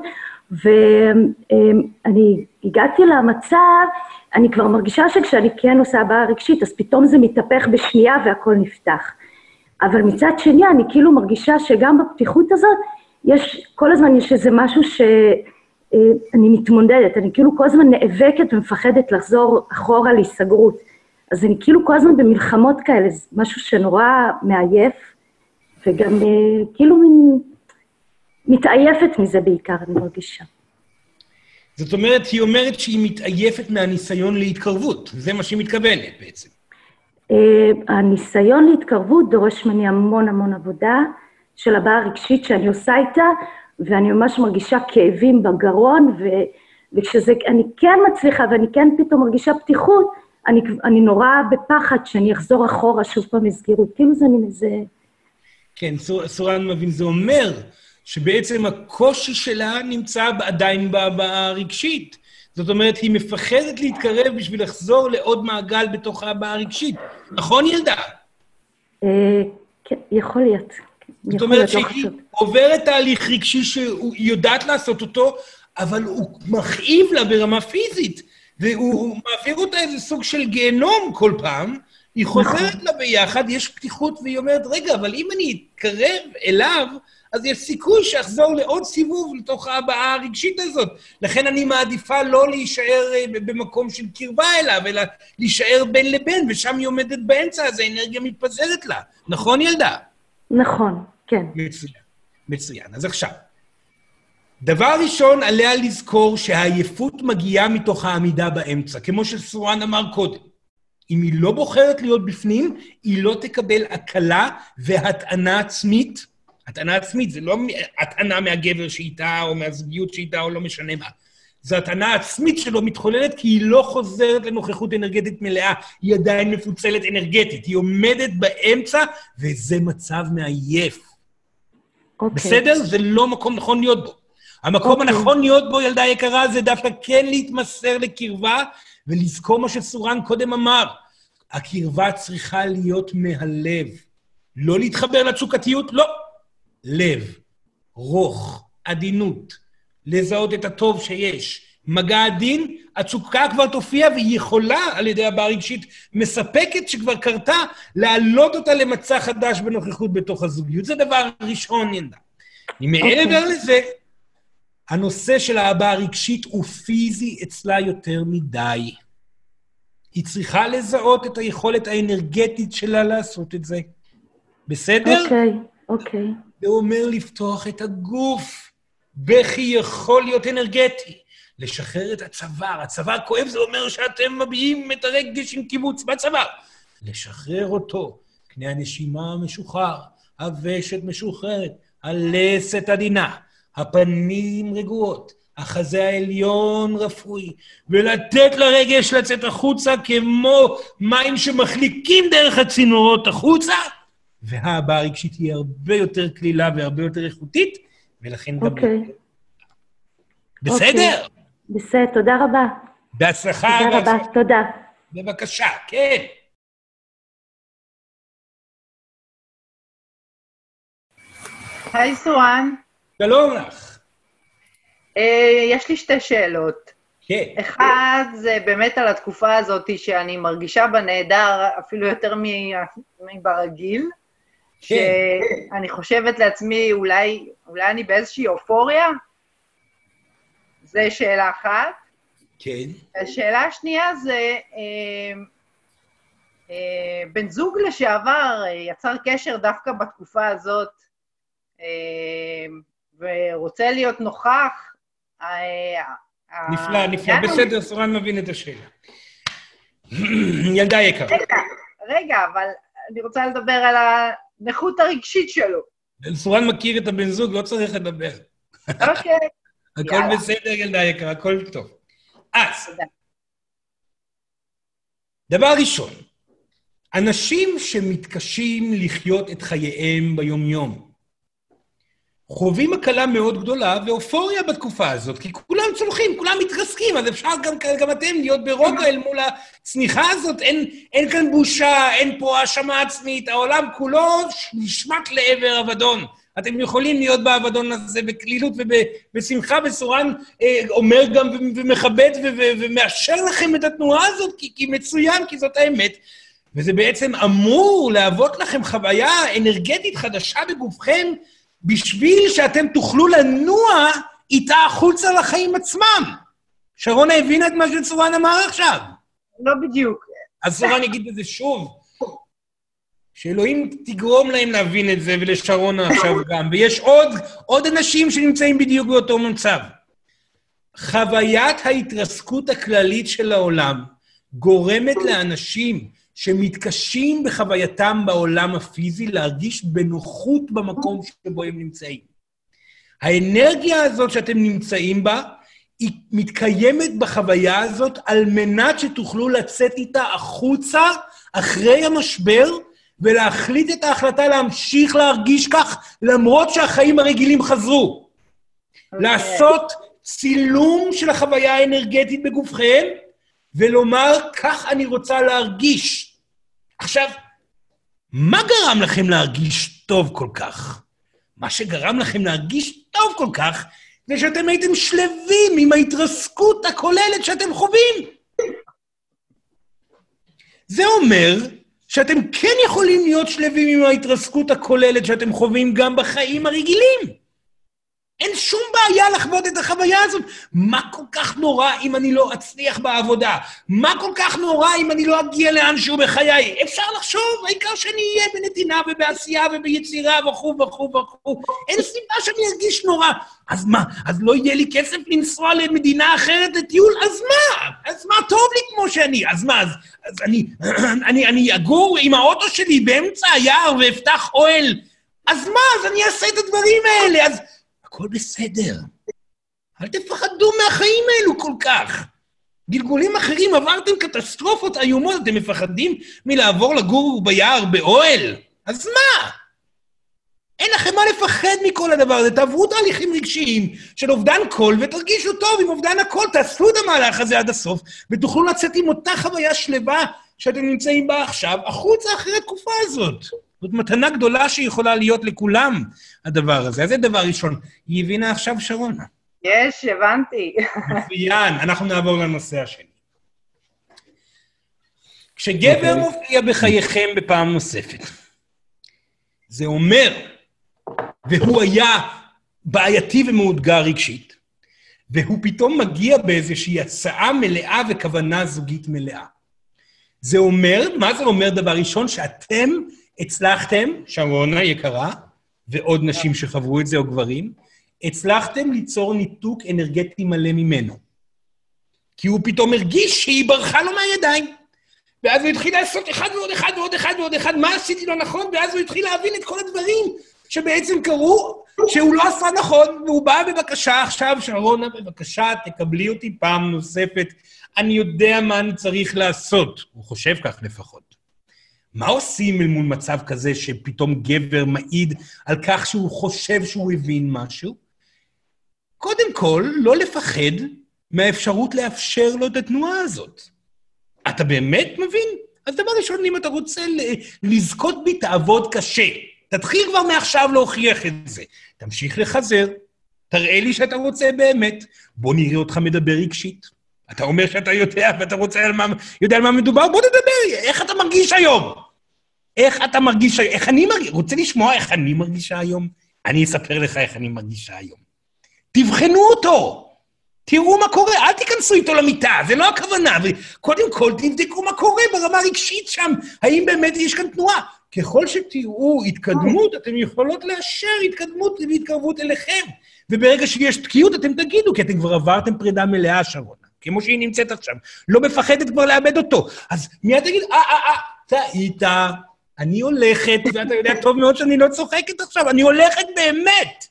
ואני הגעתי למצב, אני כבר מרגישה שכשאני כן עושה הבעה רגשית, אז פתאום זה מתהפך בשנייה והכל נפתח. אבל מצד שני, אני כאילו מרגישה שגם בפתיחות הזאת, יש, כל הזמן יש איזה משהו שאני מתמודדת, אני כאילו כל הזמן נאבקת ומפחדת לחזור אחורה להיסגרות. אז אני כאילו כל הזמן במלחמות כאלה, זה משהו שנורא מעייף, וגם כאילו מתעייפת מזה בעיקר, אני מרגישה. זאת אומרת, היא אומרת שהיא מתעייפת מהניסיון להתקרבות. זה מה שהיא מתכוונת בעצם. הניסיון להתקרבות דורש ממני המון המון עבודה של הבעה רגשית שאני עושה איתה, ואני ממש מרגישה כאבים בגרון, וכשזה, אני כן מצליחה ואני כן פתאום מרגישה פתיחות, אני, אני נורא בפחד שאני אחזור אחורה שוב פעם לסגירות. כאילו זה אני מזה... כן, סורן מבין, זה אומר... שבעצם הקושי שלה נמצא עדיין בהבעה הרגשית. זאת אומרת, היא מפחדת להתקרב בשביל לחזור לעוד מעגל בתוך ההבעה הרגשית. נכון, ילדה? כן, יכול להיות. זאת אומרת שהיא עוברת תהליך רגשי שהיא יודעת לעשות אותו, אבל הוא מכאיב לה ברמה פיזית, והוא מעביר אותה איזה סוג של גיהנום כל פעם, היא חוזרת לה ביחד, יש פתיחות, והיא אומרת, רגע, אבל אם אני אתקרב אליו, אז יש סיכוי שאחזור לעוד סיבוב לתוך ההבעה הרגשית הזאת. לכן אני מעדיפה לא להישאר במקום של קרבה אליו, אלא להישאר בין לבין, ושם היא עומדת באמצע, אז האנרגיה מתפזרת לה. נכון, ילדה? נכון, כן. מצוין, מצוין. אז עכשיו, דבר ראשון, עליה לזכור שהעייפות מגיעה מתוך העמידה באמצע, כמו שסורן אמר קודם. אם היא לא בוחרת להיות בפנים, היא לא תקבל הקלה והטענה עצמית. הטענה עצמית זה לא הטענה מהגבר שאיתה, או מהזוגיות שאיתה, או לא משנה מה. זו הטענה עצמית שלו מתחוללת, כי היא לא חוזרת לנוכחות אנרגטית מלאה, היא עדיין מפוצלת אנרגטית, היא עומדת באמצע, וזה מצב מעייף. Okay. בסדר? זה לא מקום נכון להיות בו. המקום okay. הנכון להיות בו, ילדה יקרה, זה דווקא כן להתמסר לקרבה, ולזכור מה שסורן קודם אמר. הקרבה צריכה להיות מהלב. לא להתחבר לתשוקתיות, לא. לב, רוך, עדינות, לזהות את הטוב שיש. מגע עדין, התשוקה כבר תופיע, והיא יכולה על ידי הבעה רגשית מספקת שכבר קרתה, להעלות אותה למצע חדש בנוכחות בתוך הזוגיות. זה דבר ראשון, ילדה. מעבר okay. לזה, הנושא של ההבעה הרגשית הוא פיזי אצלה יותר מדי. היא צריכה לזהות את היכולת האנרגטית שלה לעשות את זה. בסדר? אוקיי, אוקיי. זה אומר לפתוח את הגוף. בכי יכול להיות אנרגטי. לשחרר את הצוואר. הצוואר כואב, זה אומר שאתם מביעים את הרגש עם קיבוץ בצוואר. לשחרר אותו. קנה הנשימה משוחרר. הוושת משוחררת. הלסת עדינה. הפנים רגועות. החזה העליון רפוי. ולתת לרגש לצאת החוצה כמו מים שמחליקים דרך הצינורות החוצה. וההבעה הרגשית היא הרבה יותר כלילה והרבה יותר איכותית, ולכן גם... אוקיי. בסדר? בסדר, תודה רבה. בהצלחה. תודה רבה, תודה. בבקשה, כן. היי סורן. שלום לך. יש לי שתי שאלות. כן. אחד, זה באמת על התקופה הזאת שאני מרגישה בנהדר אפילו יותר מברגיל, שאני חושבת לעצמי, אולי, אולי אני באיזושהי אופוריה? זו שאלה אחת. כן. השאלה השנייה זה, אה, אה, בן זוג לשעבר יצר קשר דווקא בתקופה הזאת, אה, ורוצה להיות נוכח. אה, נפלא, נפלא. בסדר, סורן מבין את השאלה. ילדה יקרה. רגע, רגע, אבל אני רוצה לדבר על הנכות הרגשית שלו. סורן מכיר את הבן זוג, לא צריך לדבר. אוקיי. הכל בסדר, ילדה יקרה, הכל טוב. אז, דבר ראשון, אנשים שמתקשים לחיות את חייהם ביום-יום, חווים הקלה מאוד גדולה ואופוריה בתקופה הזאת, כי כולם צולחים, כולם מתרסקים, אז אפשר גם, גם אתם להיות ברוגע אל מול הצניחה הזאת, אין, אין כאן בושה, אין פה האשמה עצמית, העולם כולו נשמט לעבר אבדון. אתם יכולים להיות באבדון הזה בקלילות ובשמחה, וסורן אה, אומר גם ומכבד ו- ו- ומאשר לכם את התנועה הזאת, כי, כי מצוין, כי זאת האמת. וזה בעצם אמור להוות לכם חוויה אנרגטית חדשה בגופכם, בשביל שאתם תוכלו לנוע איתה החוצה לחיים עצמם. שרונה הבינה את מה שסורן אמר עכשיו? לא בדיוק. אז סורן יגיד את זה שוב. שאלוהים תגרום להם להבין את זה, ולשרונה עכשיו גם. ויש עוד, עוד אנשים שנמצאים בדיוק באותו מצב. חוויית ההתרסקות הכללית של העולם גורמת לאנשים שמתקשים בחווייתם בעולם הפיזי להרגיש בנוחות במקום שבו הם נמצאים. האנרגיה הזאת שאתם נמצאים בה, היא מתקיימת בחוויה הזאת על מנת שתוכלו לצאת איתה החוצה אחרי המשבר, ולהחליט את ההחלטה להמשיך להרגיש כך, למרות שהחיים הרגילים חזרו. Okay. לעשות צילום של החוויה האנרגטית בגופכם, ולומר, כך אני רוצה להרגיש. עכשיו, מה גרם לכם להרגיש טוב כל כך? מה שגרם לכם להרגיש טוב כל כך, זה שאתם הייתם שלבים עם ההתרסקות הכוללת שאתם חווים. זה אומר שאתם כן יכולים להיות שלבים עם ההתרסקות הכוללת שאתם חווים גם בחיים הרגילים. אין שום בעיה לחוות את החוויה הזאת. מה כל כך נורא אם אני לא אצליח בעבודה? מה כל כך נורא אם אני לא אגיע לאנשהו בחיי? אפשר לחשוב, העיקר שאני אהיה בנתינה ובעשייה וביצירה וכו' וכו' וכו'. אין סיבה שאני ארגיש נורא. אז מה? אז לא יהיה לי כסף לנסוע למדינה אחרת לטיול? אז מה? אז מה טוב לי כמו שאני? אז מה? אז, אז אני, אני, אני אגור עם האוטו שלי באמצע היער ואפתח אוהל? אז מה? אז אני אעשה את הדברים האלה. אז הכל בסדר. אל תפחדו מהחיים האלו כל כך. גלגולים אחרים, עברתם קטסטרופות איומות, אתם מפחדים מלעבור לגור ביער באוהל? אז מה? אין לכם מה לפחד מכל הדבר הזה. תעברו תהליכים רגשיים של אובדן קול, ותרגישו טוב עם אובדן הקול, תעשו את המהלך הזה עד הסוף, ותוכלו לצאת עם אותה חוויה שלווה שאתם נמצאים בה עכשיו, החוצה אחרי התקופה הזאת. זאת מתנה גדולה שיכולה להיות לכולם, הדבר הזה. אז זה דבר ראשון. היא הבינה עכשיו שרונה. יש, הבנתי. מצוין, אנחנו נעבור לנושא השני. כשגבר okay. מופיע בחייכם בפעם נוספת, זה אומר, והוא היה בעייתי ומאותגר רגשית, והוא פתאום מגיע באיזושהי הצעה מלאה וכוונה זוגית מלאה. זה אומר, מה זה אומר דבר ראשון? שאתם הצלחתם, שרונה יקרה, ועוד נשים שחברו את זה או גברים, הצלחתם ליצור ניתוק אנרגטי מלא ממנו. כי הוא פתאום הרגיש שהיא ברחה לו מהידיים. ואז הוא התחיל לעשות אחד ועוד אחד ועוד אחד ועוד אחד, מה עשיתי לא נכון, ואז הוא התחיל להבין את כל הדברים שבעצם קרו, שהוא לא עשה נכון, והוא בא בבקשה עכשיו, שרונה, בבקשה, תקבלי אותי פעם נוספת, אני יודע מה אני צריך לעשות. הוא חושב כך לפחות. מה עושים אל מול מצב כזה שפתאום גבר מעיד על כך שהוא חושב שהוא הבין משהו? קודם כל, לא לפחד מהאפשרות לאפשר לו את התנועה הזאת. אתה באמת מבין? אז דבר ראשון, אם אתה רוצה לזכות בי, תעבוד קשה. תתחיל כבר מעכשיו להוכיח את זה. תמשיך לחזר, תראה לי שאתה רוצה באמת. בוא נראה אותך מדבר רגשית. אתה אומר שאתה יודע ואתה רוצה על מה, יודע על מה מדובר, בוא נדבר, איך אתה מרגיש היום? איך אתה מרגיש היום? איך אני מרגיש? רוצה לשמוע איך אני מרגישה היום? אני אספר לך איך אני מרגישה היום. תבחנו אותו. תראו מה קורה, אל תיכנסו איתו למיטה, זה לא הכוונה. וקודם כל תבדקו מה קורה ברמה רגשית שם. האם באמת יש כאן תנועה? ככל שתראו התקדמות, אתם יכולות לאשר התקדמות והתקרבות אליכם. וברגע שיש תקיעות, אתם תגידו, כי אתם כבר עברתם פרידה מלאה, שרונה. כמו שהיא נמצאת עכשיו. לא מפחדת כבר לאבד אותו. אז מיד תגיד, אה, אה, אה, טעית, אני הולכת, ואתה יודע טוב מאוד שאני לא צוחקת עכשיו, אני הולכת באמת.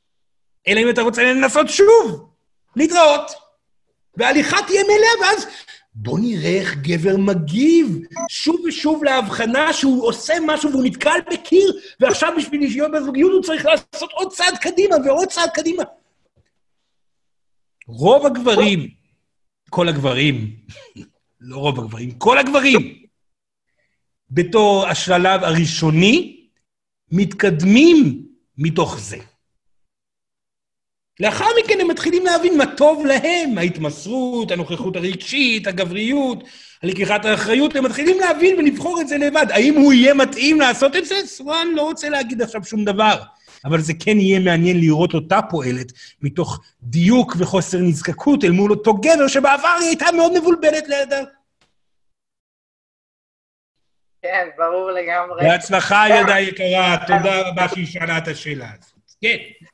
אלא אם אתה רוצה לנסות שוב, להתראות. וההליכה תהיה מלאה, ואז בוא נראה איך גבר מגיב שוב ושוב להבחנה שהוא עושה משהו והוא נתקל בקיר, ועכשיו בשביל להיות בזוגיות הוא צריך לעשות עוד צעד קדימה ועוד צעד קדימה. רוב הגברים, כל הגברים, לא רוב הגברים, כל הגברים, בתור השלב הראשוני, מתקדמים מתוך זה. לאחר מכן הם מתחילים להבין מה טוב להם, ההתמסרות, הנוכחות הרגשית, הגבריות, הלקיחת האחריות, הם מתחילים להבין ולבחור את זה לבד. האם הוא יהיה מתאים לעשות את זה? סורן לא רוצה להגיד עכשיו שום דבר, אבל זה כן יהיה מעניין לראות אותה פועלת, מתוך דיוק וחוסר נזקקות אל מול אותו גבר, שבעבר היא הייתה מאוד מבולבלת לידה. כן, ברור לגמרי. בהצלחה, ילדה יקרה, תודה רבה שהיא שאלה את השאלה הזאת. כן.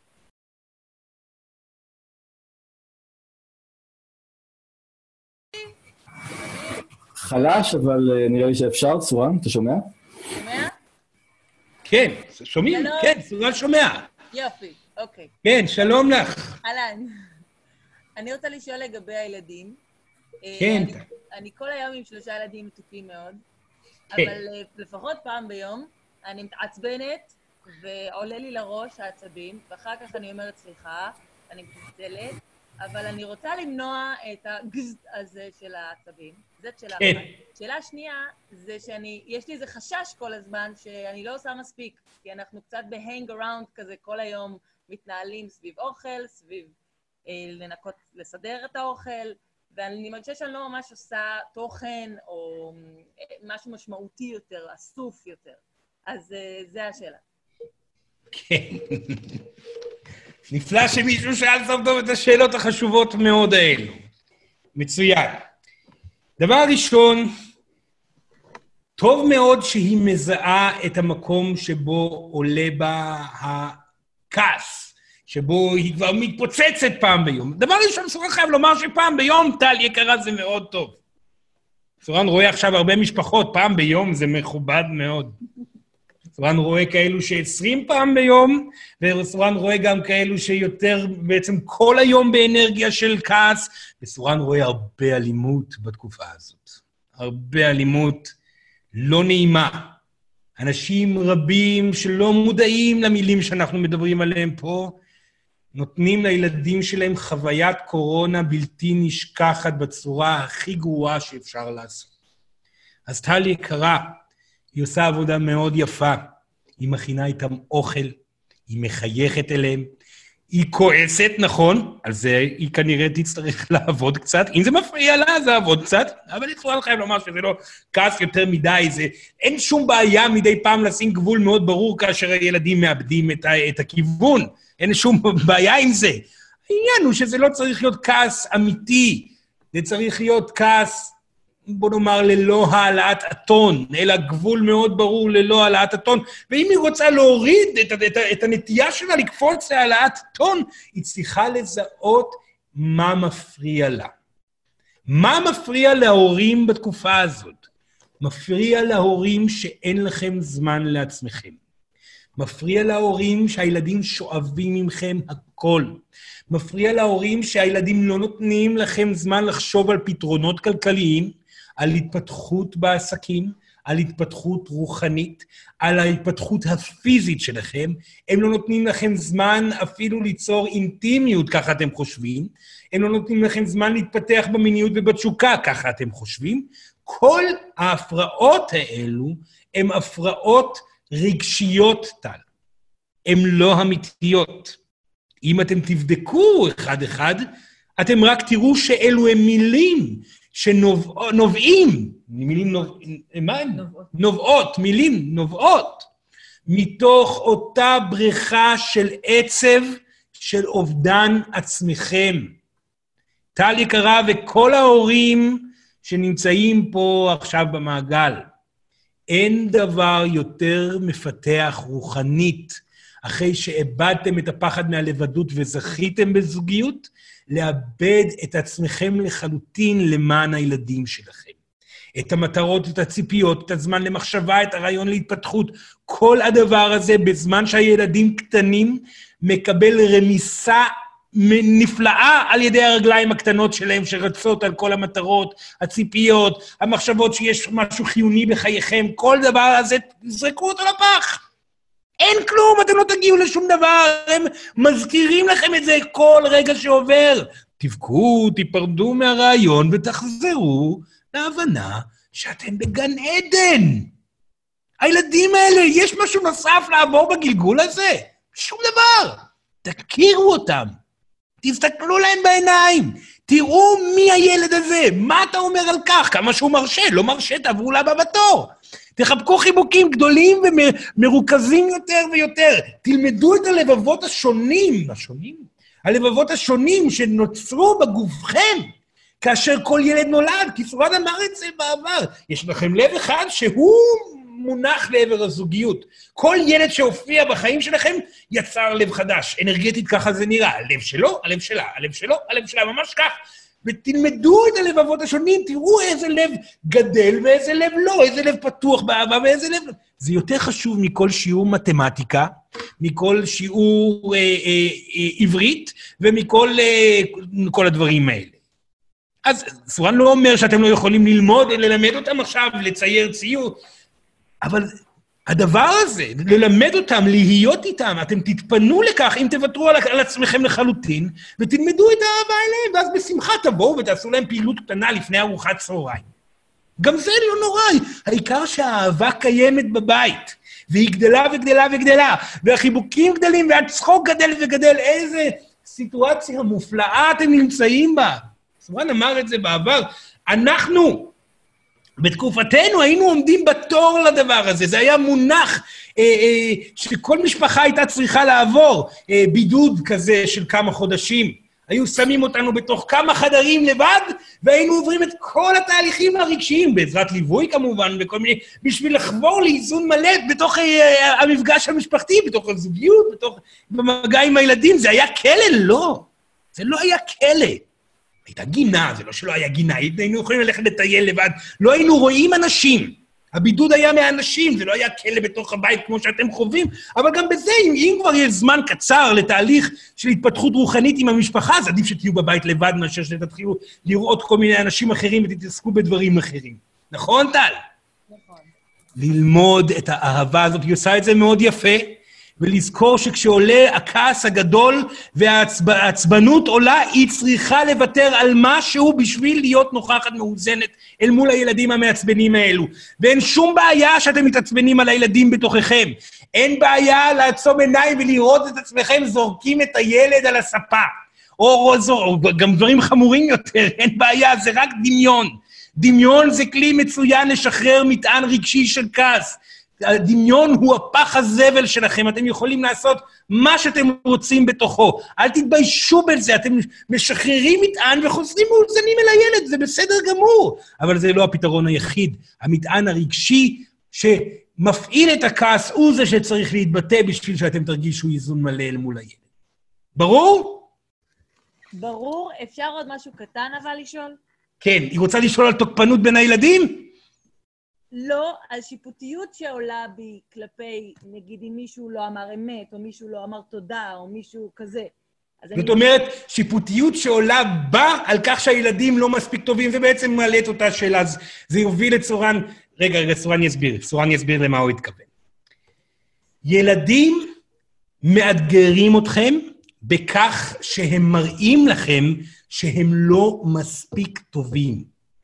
חלש, אבל נראה לי שאפשר. סורן, אתה שומע? שומע? כן, שומעים? כן, סורן שומע. יופי, אוקיי. כן, שלום לך. אהלן. אני רוצה לשאול לגבי הילדים. כן. אני, אני כל היום עם שלושה ילדים מתוקים מאוד, כן. אבל לפחות פעם ביום אני מתעצבנת ועולה לי לראש העצבים, ואחר כך אני אומרת סליחה, אני מתנצלת, אבל אני רוצה למנוע את הגז הזה של העצבים. זאת שאלה כן. אחת. שאלה שנייה, זה שאני, יש לי איזה חשש כל הזמן שאני לא עושה מספיק, כי אנחנו קצת בהנג אראונד כזה כל היום מתנהלים סביב אוכל, סביב אה, לנקות, לסדר את האוכל, ואני מרגישה שאני לא ממש עושה תוכן או משהו משמעותי יותר, אסוף יותר. אז אה, זה השאלה. כן. נפלא שמישהו שאל סוף טוב את השאלות החשובות מאוד האלו. מצוין. דבר ראשון, טוב מאוד שהיא מזהה את המקום שבו עולה בה הכעס, שבו היא כבר מתפוצצת פעם ביום. דבר ראשון, סורן חייב לומר שפעם ביום, טל יקרה, זה מאוד טוב. סורן רואה עכשיו הרבה משפחות, פעם ביום זה מכובד מאוד. סורן רואה כאלו ש-עשרים פעם ביום, וסורן רואה גם כאלו שיותר בעצם כל היום באנרגיה של כעס, וסורן רואה הרבה אלימות בתקופה הזאת. הרבה אלימות לא נעימה. אנשים רבים שלא מודעים למילים שאנחנו מדברים עליהם פה, נותנים לילדים שלהם חוויית קורונה בלתי נשכחת בצורה הכי גרועה שאפשר לעשות. אז טל יקרה, היא עושה עבודה מאוד יפה, היא מכינה איתם אוכל, היא מחייכת אליהם, היא כועסת, נכון, על זה היא כנראה תצטרך לעבוד קצת, אם זה מפריע לה, זה לעבוד קצת, אבל אני חייב לכם לומר שזה לא כעס יותר מדי, זה, אין שום בעיה מדי פעם לשים גבול מאוד ברור כאשר הילדים מאבדים את, ה, את הכיוון, אין שום בעיה עם זה. העניין הוא שזה לא צריך להיות כעס אמיתי, זה צריך להיות כעס, בוא נאמר, ללא העלאת הטון, אלא גבול מאוד ברור ללא העלאת הטון, ואם היא רוצה להוריד את, את, את הנטייה שלה לקפוץ להעלאת טון, היא צריכה לזהות מה מפריע לה. מה מפריע להורים בתקופה הזאת? מפריע להורים שאין לכם זמן לעצמכם. מפריע להורים שהילדים שואבים ממכם הכל. מפריע להורים שהילדים לא נותנים לכם זמן לחשוב על פתרונות כלכליים, על התפתחות בעסקים, על התפתחות רוחנית, על ההתפתחות הפיזית שלכם. הם לא נותנים לכם זמן אפילו ליצור אינטימיות, ככה אתם חושבים. הם לא נותנים לכם זמן להתפתח במיניות ובתשוקה, ככה אתם חושבים. כל ההפרעות האלו הן הפרעות רגשיות, טל. הן לא אמיתיות. אם אתם תבדקו אחד-אחד, אתם רק תראו שאלו הם מילים שנובעים, מילים נוב... מה הן? נובעות. נובעות, מילים נובעות, מתוך אותה בריכה של עצב של אובדן עצמכם. טל יקרה וכל ההורים שנמצאים פה עכשיו במעגל, אין דבר יותר מפתח רוחנית, אחרי שאיבדתם את הפחד מהלבדות וזכיתם בזוגיות, לאבד את עצמכם לחלוטין למען הילדים שלכם. את המטרות, את הציפיות, את הזמן למחשבה, את הרעיון להתפתחות. כל הדבר הזה בזמן שהילדים קטנים מקבל רמיסה נפלאה על ידי הרגליים הקטנות שלהם שרצות על כל המטרות, הציפיות, המחשבות שיש משהו חיוני בחייכם. כל דבר הזה, זרקו אותו לפח. אין כלום, אתם לא תגיעו לשום דבר, הם מזכירים לכם את זה כל רגע שעובר. תבכו, תיפרדו מהרעיון ותחזרו להבנה שאתם בגן עדן. הילדים האלה, יש משהו נוסף לעבור בגלגול הזה? שום דבר. תכירו אותם. תסתכלו להם בעיניים. תראו מי הילד הזה. מה אתה אומר על כך? כמה שהוא מרשה, לא מרשה, תעברו לבא בתור. תחבקו חיבוקים גדולים ומרוכזים יותר ויותר. תלמדו את הלבבות השונים, השונים? הלבבות השונים שנוצרו בגופכם, כאשר כל ילד נולד, כי סורן אמר את זה בעבר. יש לכם לב אחד שהוא מונח לעבר הזוגיות. כל ילד שהופיע בחיים שלכם יצר לב חדש. אנרגטית ככה זה נראה. הלב שלו, הלב שלה, הלב שלו, הלב שלה, ממש כך. ותלמדו את הלבבות השונים, תראו איזה לב גדל ואיזה לב לא, איזה לב פתוח באהבה ואיזה לב לא. זה יותר חשוב מכל שיעור מתמטיקה, מכל שיעור אה, אה, אה, עברית, ומכל אה, כל הדברים האלה. אז סורן לא אומר שאתם לא יכולים ללמוד, ללמד אותם עכשיו, לצייר ציור, אבל הדבר הזה, ללמד אותם, להיות איתם, אתם תתפנו לכך אם תוותרו על, על עצמכם לחלוטין, ותלמדו את האהבה אליהם, ואז בשמחה תבואו ותעשו להם פעילות קטנה לפני ארוחת צהריים. גם זה לא נורא, העיקר שהאהבה קיימת בבית, והיא גדלה וגדלה וגדלה, והחיבוקים גדלים, והצחוק גדל וגדל, איזה סיטואציה מופלאה אתם נמצאים בה. סורן אמר את זה בעבר, אנחנו, בתקופתנו היינו עומדים בתור לדבר הזה, זה היה מונח אה, אה, שכל משפחה הייתה צריכה לעבור, אה, בידוד כזה של כמה חודשים, היו שמים אותנו בתוך כמה חדרים לבד, והיינו עוברים את כל התהליכים הרגשיים, בעזרת ליווי כמובן, וכל מיני, בשביל לחבור לאיזון מלא בתוך אה, המפגש המשפחתי, בתוך הזוגיות, בתוך במגע עם הילדים, זה היה כלא? לא, זה לא היה כלא. הייתה גינה, זה לא שלא היה גינה, היינו יכולים ללכת לטייל לבד, לא היינו רואים אנשים. הבידוד היה מהאנשים, זה לא היה כלא בתוך הבית כמו שאתם חווים, אבל גם בזה, אם, אם כבר יש זמן קצר לתהליך של התפתחות רוחנית עם המשפחה, אז עדיף שתהיו בבית לבד, מאשר שתתחילו לראות כל מיני אנשים אחרים ותתעסקו בדברים אחרים. נכון, טל? נכון. ללמוד את האהבה הזאת, היא עושה את זה מאוד יפה, ולזכור שכשעולה הכעס הגדול והעצבנות עולה, היא צריכה לוותר על משהו בשביל להיות נוכחת מאוזנת אל מול הילדים המעצבנים האלו. ואין שום בעיה שאתם מתעצבנים על הילדים בתוככם. אין בעיה לעצום עיניים ולראות את עצמכם זורקים את הילד על הספה. או, או, או גם דברים חמורים יותר, אין בעיה, זה רק דמיון. דמיון זה כלי מצוין לשחרר מטען רגשי של כעס. הדמיון הוא הפח הזבל שלכם, אתם יכולים לעשות מה שאתם רוצים בתוכו. אל תתביישו בזה, אתם משחררים מטען וחוזרים מאוזנים אל הילד, זה בסדר גמור. אבל זה לא הפתרון היחיד. המטען הרגשי שמפעיל את הכעס הוא זה שצריך להתבטא בשביל שאתם תרגישו איזון מלא אל מול הילד. ברור? ברור. אפשר עוד משהו קטן אבל לשאול? כן, היא רוצה לשאול על תוקפנות בין הילדים? לא, על שיפוטיות שעולה בי כלפי, נגיד, אם מישהו לא אמר אמת, או מישהו לא אמר תודה, או מישהו כזה. זאת אומרת, שיפוטיות שעולה בה על כך שהילדים לא מספיק טובים, ובעצם מעלה את אותה שאלה, אז זה יוביל את סורן, רגע, רגע, סורן יסביר, סורן יסביר למה הוא התכוון. ילדים מאתגרים אתכם בכך שהם מראים לכם שהם לא מספיק טובים.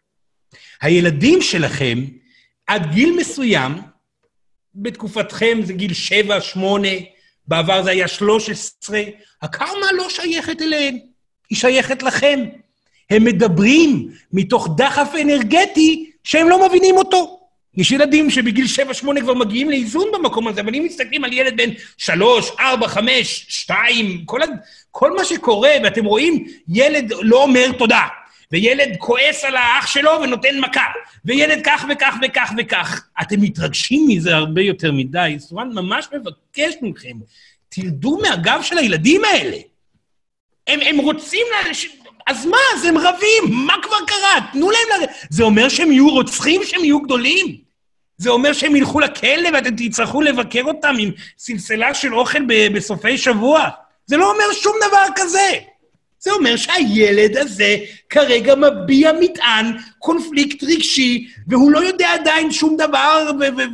הילדים שלכם, עד גיל מסוים, בתקופתכם זה גיל שבע, שמונה, בעבר זה היה שלוש עשרה, הקרמה לא שייכת אליהם, היא שייכת לכם. הם מדברים מתוך דחף אנרגטי שהם לא מבינים אותו. יש ילדים שבגיל שבע, שמונה כבר מגיעים לאיזון במקום הזה, אבל אם מסתכלים על ילד בין שלוש, ארבע, חמש, שתיים, כל, כל מה שקורה, ואתם רואים, ילד לא אומר תודה. וילד כועס על האח שלו ונותן מכה, וילד כך וכך וכך וכך. אתם מתרגשים מזה הרבה יותר מדי. סורן ממש מבקש מכם, תרדו מהגב של הילדים האלה. הם, הם רוצים לאנשים, אז מה? אז הם רבים, מה כבר קרה? תנו להם לרדת. זה אומר שהם יהיו רוצחים, שהם יהיו גדולים. זה אומר שהם ילכו לכלא ואתם תצטרכו לבקר אותם עם סלסלה של אוכל בסופי שבוע. זה לא אומר שום דבר כזה. זה אומר שהילד הזה כרגע מביע מטען, קונפליקט רגשי, והוא לא יודע עדיין שום דבר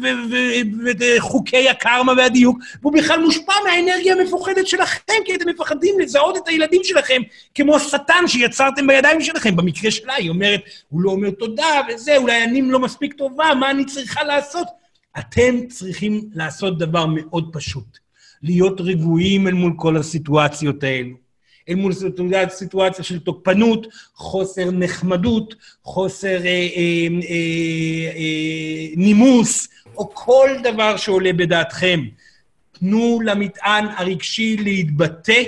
וחוקי הקרמה והדיוק, והוא בכלל מושפע מהאנרגיה המפוחדת שלכם, כי אתם מפחדים לזהות את הילדים שלכם כמו שטן שיצרתם בידיים שלכם. במקרה שלה היא אומרת, הוא לא אומר תודה וזה, אולי אני לא מספיק טובה, מה אני צריכה לעשות? אתם צריכים לעשות דבר מאוד פשוט, להיות רגועים אל מול כל הסיטואציות האלו. אל מול סיטואציה של תוקפנות, חוסר נחמדות, חוסר אה, אה, אה, אה, נימוס, או כל דבר שעולה בדעתכם. תנו למטען הרגשי להתבטא.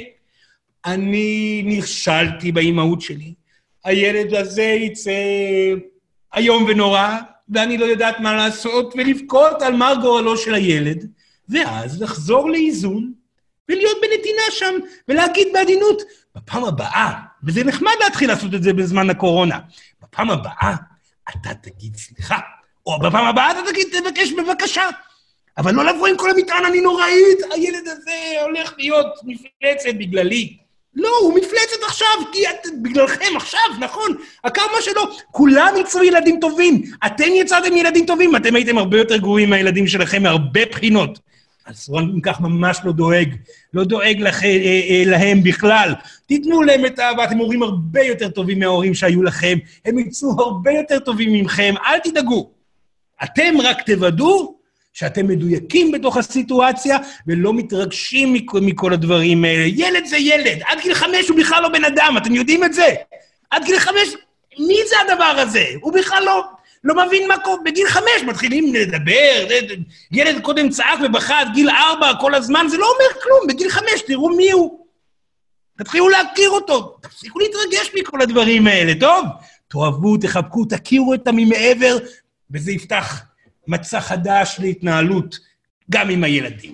אני נכשלתי באימהות שלי. הילד הזה יצא היום ונורא, ואני לא יודעת מה לעשות, ולבכות על מר גורלו של הילד, ואז לחזור לאיזון, ולהיות בנתינה שם, ולהגיד בעדינות, בפעם הבאה, וזה נחמד להתחיל לעשות את זה בזמן הקורונה, בפעם הבאה אתה תגיד סליחה, או בפעם הבאה אתה תגיד תבקש בבקשה, אבל לא לבוא עם כל המטען, אני נוראית, הילד הזה הולך להיות מפלצת בגללי. לא, הוא מפלצת עכשיו, כי את, בגללכם עכשיו, נכון? הקרמה שלו, כולם יצאו ילדים טובים. אתם יצאתם ילדים טובים, אתם הייתם הרבה יותר גרועים מהילדים שלכם מהרבה בחינות. אז סורן כך ממש לא דואג, לא דואג לכ, אה, אה, להם בכלל. תיתנו להם את האהבה, אתם הורים הרבה יותר טובים מההורים שהיו לכם, הם יצאו הרבה יותר טובים ממכם, אל תדאגו. אתם רק תוודאו שאתם מדויקים בתוך הסיטואציה, ולא מתרגשים מכל, מכל הדברים האלה. ילד זה ילד, עד גיל חמש הוא בכלל לא בן אדם, אתם יודעים את זה? עד גיל חמש, מי זה הדבר הזה? הוא בכלל לא, לא מבין מה קורה. בגיל חמש מתחילים לדבר, ילד קודם צעק ובכה עד גיל ארבע כל הזמן, זה לא אומר כלום, בגיל חמש תראו מי הוא. תתחילו להכיר אותו, תפסיקו להתרגש מכל הדברים האלה, טוב? תאהבו, תחבקו, תכירו את המעבר, וזה יפתח מצע חדש להתנהלות, גם עם הילדים.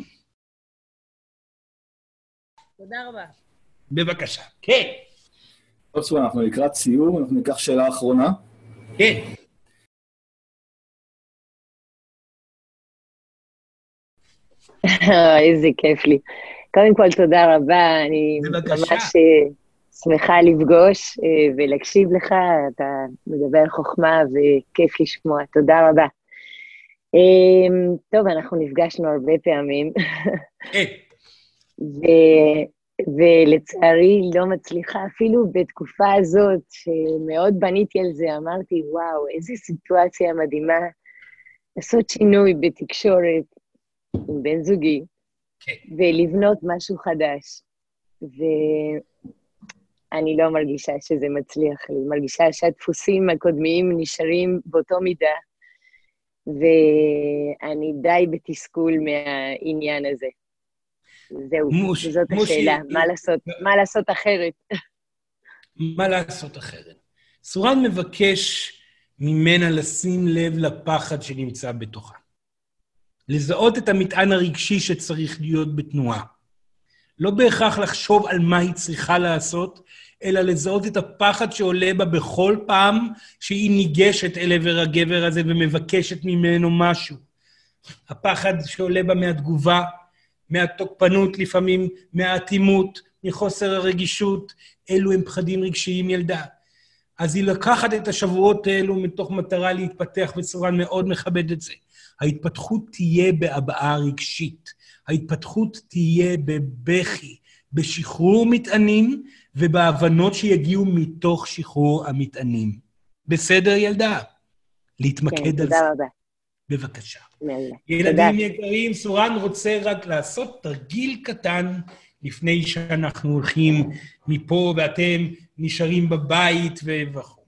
תודה רבה. בבקשה. כן. טוב, סורן, אנחנו לקראת סיום, אנחנו ניקח שאלה אחרונה. כן. איזה כיף לי. קודם כל, תודה רבה, אני ממש שמחה לפגוש ולהקשיב לך, אתה מדבר חוכמה וכיף לשמוע, תודה רבה. טוב, אנחנו נפגשנו הרבה פעמים, ולצערי לא מצליחה, אפילו בתקופה הזאת שמאוד בניתי על זה, אמרתי, וואו, איזו סיטואציה מדהימה, לעשות שינוי בתקשורת עם בן זוגי, ולבנות משהו חדש, ואני לא מרגישה שזה מצליח לי, מרגישה שהדפוסים הקודמיים נשארים באותו מידה, ואני די בתסכול מהעניין הזה. זהו, מוש, זאת מוש, השאלה, מוש, מה לעשות, מה לעשות אחרת? מה לעשות אחרת? סורן מבקש ממנה לשים לב לפחד שנמצא בתוכה. לזהות את המטען הרגשי שצריך להיות בתנועה. לא בהכרח לחשוב על מה היא צריכה לעשות, אלא לזהות את הפחד שעולה בה בכל פעם שהיא ניגשת אל עבר הגבר הזה ומבקשת ממנו משהו. הפחד שעולה בה מהתגובה, מהתוקפנות לפעמים, מהאטימות, מחוסר הרגישות, אלו הם פחדים רגשיים ילדה. אז היא לקחת את השבועות האלו מתוך מטרה להתפתח, וסורן מאוד מכבד את זה. ההתפתחות תהיה בהבעה רגשית, ההתפתחות תהיה בבכי, בשחרור מטענים, ובהבנות שיגיעו מתוך שחרור המטענים. בסדר, ילדה? להתמקד כן, על זה. תודה רבה. בבקשה. יאללה. ילדים יקרים, סורן רוצה רק לעשות תרגיל קטן, לפני שאנחנו הולכים מפה, ואתם נשארים בבית וכו'.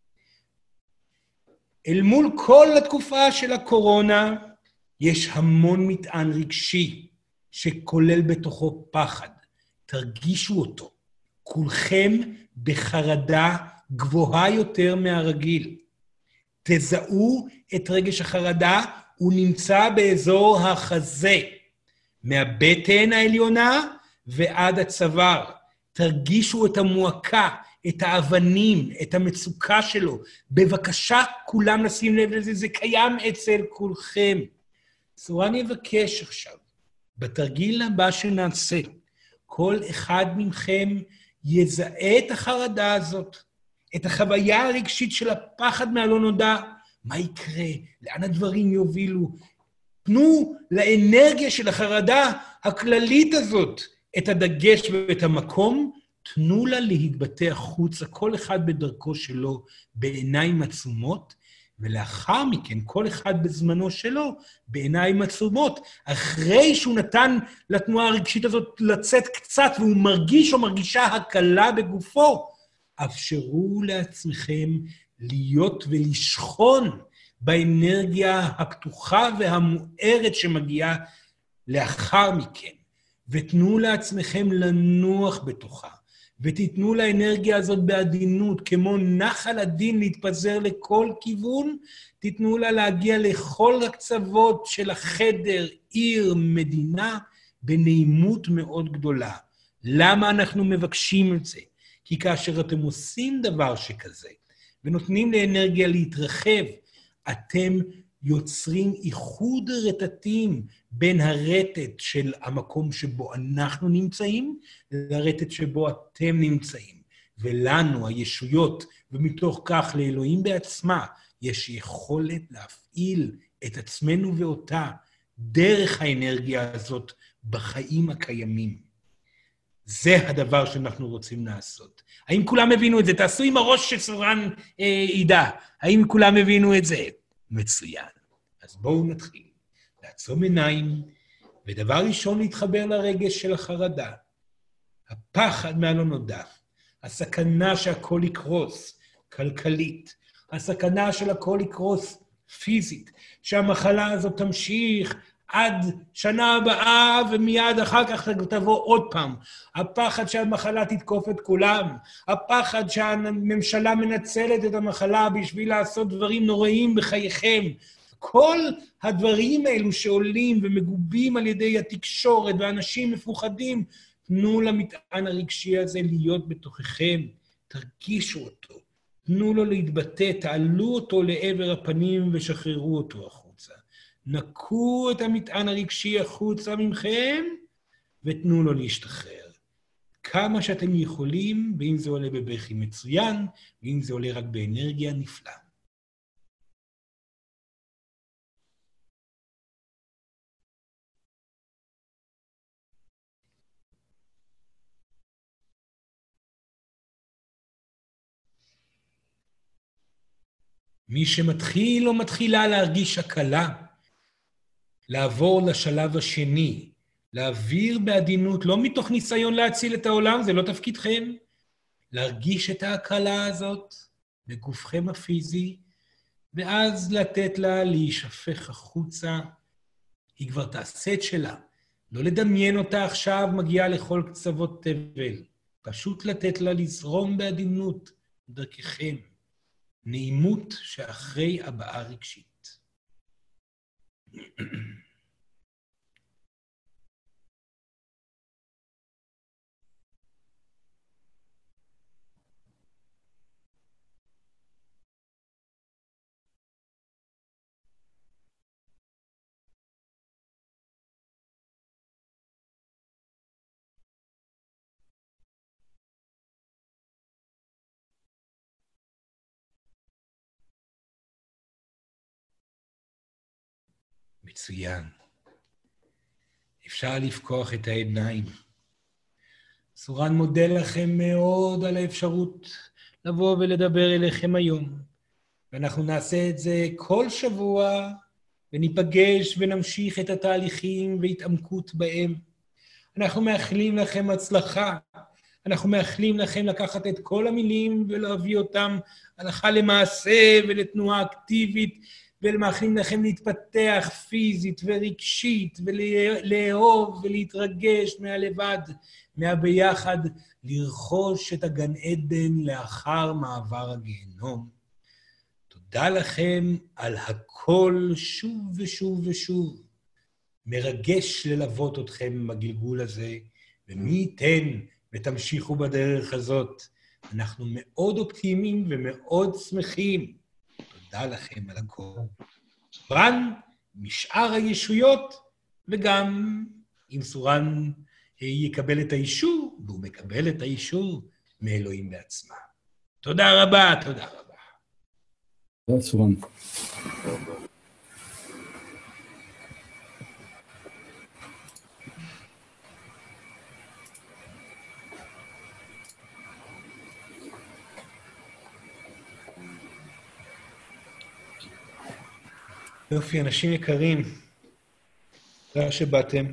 אל מול כל התקופה של הקורונה, יש המון מטען רגשי, שכולל בתוכו פחד. תרגישו אותו. כולכם בחרדה גבוהה יותר מהרגיל. תזהו את רגש החרדה, הוא נמצא באזור החזה, מהבטן העליונה ועד הצוואר. תרגישו את המועקה, את האבנים, את המצוקה שלו. בבקשה, כולם לשים לב לזה, זה קיים אצל כולכם. סורן יבקש עכשיו, בתרגיל הבא שנעשה, כל אחד מכם יזהה את החרדה הזאת, את החוויה הרגשית של הפחד מהלא נודע, מה יקרה, לאן הדברים יובילו. תנו לאנרגיה של החרדה הכללית הזאת את הדגש ואת המקום, תנו לה להתבטא החוצה, כל אחד בדרכו שלו, בעיניים עצומות, ולאחר מכן, כל אחד בזמנו שלו, בעיניים עצומות, אחרי שהוא נתן לתנועה הרגשית הזאת לצאת קצת, והוא מרגיש או מרגישה הקלה בגופו, אפשרו לעצמכם להיות ולשכון באנרגיה הפתוחה והמוארת שמגיעה לאחר מכן, ותנו לעצמכם לנוח בתוכה, ותיתנו לאנרגיה הזאת בעדינות, כמו נחל הדין להתפזר לכל כיוון, תיתנו לה להגיע לכל הקצוות של החדר, עיר, מדינה, בנעימות מאוד גדולה. למה אנחנו מבקשים את זה? כי כאשר אתם עושים דבר שכזה, ונותנים לאנרגיה להתרחב, אתם יוצרים איחוד רטטים בין הרטט של המקום שבו אנחנו נמצאים, לרטט שבו אתם נמצאים. ולנו, הישויות, ומתוך כך לאלוהים בעצמה, יש יכולת להפעיל את עצמנו ואותה דרך האנרגיה הזאת בחיים הקיימים. זה הדבר שאנחנו רוצים לעשות. האם כולם הבינו את זה? תעשו עם הראש שסורן אה, ידע. האם כולם הבינו את זה? מצוין. אז בואו נתחיל. לעצום עיניים, ודבר ראשון להתחבר לרגש של החרדה. הפחד מהלא נודע. הסכנה שהכל יקרוס, כלכלית. הסכנה של הכל יקרוס, פיזית. שהמחלה הזאת תמשיך עד שנה הבאה, ומיד אחר כך תבוא עוד פעם. הפחד שהמחלה תתקוף את כולם. הפחד שהממשלה מנצלת את המחלה בשביל לעשות דברים נוראים בחייכם. כל הדברים האלו שעולים ומגובים על ידי התקשורת ואנשים מפוחדים, תנו למטען הרגשי הזה להיות בתוככם, תרגישו אותו, תנו לו להתבטא, תעלו אותו לעבר הפנים ושחררו אותו החוצה. נקו את המטען הרגשי החוצה ממכם ותנו לו להשתחרר. כמה שאתם יכולים, ואם זה עולה בבכי מצוין, ואם זה עולה רק באנרגיה נפלאה. מי שמתחיל או מתחילה להרגיש הקלה, לעבור לשלב השני, להעביר בעדינות, לא מתוך ניסיון להציל את העולם, זה לא תפקידכם, להרגיש את ההקלה הזאת בגופכם הפיזי, ואז לתת לה להישפך החוצה, היא כבר תעשה את שלה. לא לדמיין אותה עכשיו מגיעה לכל קצוות תבל, פשוט לתת לה לזרום בעדינות דרככם. נעימות שאחרי הבעה רגשית. מצוין. אפשר לפקוח את העיניים. סורן מודה לכם מאוד על האפשרות לבוא ולדבר אליכם היום. ואנחנו נעשה את זה כל שבוע, וניפגש ונמשיך את התהליכים והתעמקות בהם. אנחנו מאחלים לכם הצלחה. אנחנו מאחלים לכם לקחת את כל המילים ולהביא אותם הלכה למעשה ולתנועה אקטיבית, ומאחלים לכם להתפתח פיזית ורגשית, ולאהוב ולהתרגש מהלבד, מהביחד, לרכוש את הגן עדן לאחר מעבר הגיהנום. תודה לכם על הכל שוב ושוב ושוב. מרגש ללוות אתכם בגלגול הזה, ומי ייתן ותמשיכו בדרך הזאת. אנחנו מאוד אופטימיים ומאוד שמחים. תודה לכם על הכל. סורן משאר הישויות, וגם אם סורן יקבל את האישור, והוא מקבל את האישור מאלוהים בעצמה. תודה רבה, תודה רבה. תודה, סורן. יופי, אנשים יקרים, תודה שבאתם.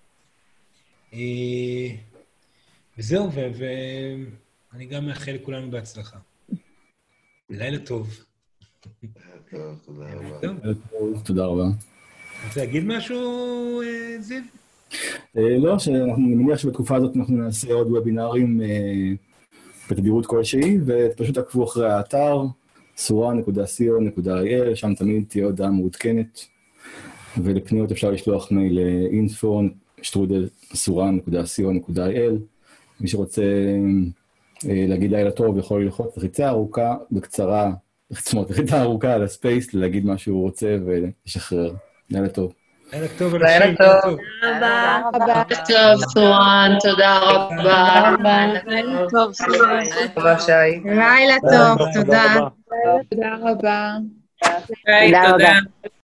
וזהו, ואני גם מאחל לכולנו בהצלחה. לילה טוב. תודה רבה. תודה רבה. רוצה להגיד משהו, זיו? לא, שאנחנו מניח שבתקופה הזאת אנחנו נעשה עוד וובינרים בתדירות כלשהי, ופשוט עקבו אחרי האתר, סורן נקודה סי או נקודה איי אל, שם תמיד תהיה הודעה מעודכנת, ולפניות אפשר לשלוח מייל לאינפו שטרודל סורן נקודה סי או נקודה איי אל. מי שרוצה להגיד לילה טוב יכול ללחוץ לחיצה ארוכה בקצרה עצמו, תחילה ארוכה על הספייס, להגיד מה שהוא רוצה ולשחרר. לילה טוב. לילה טוב, לילה טוב. תודה רבה. טוב, סורן, תודה רבה. לילה טוב, סורן. תודה, שי. לילה טוב, תודה. תודה רבה. תודה.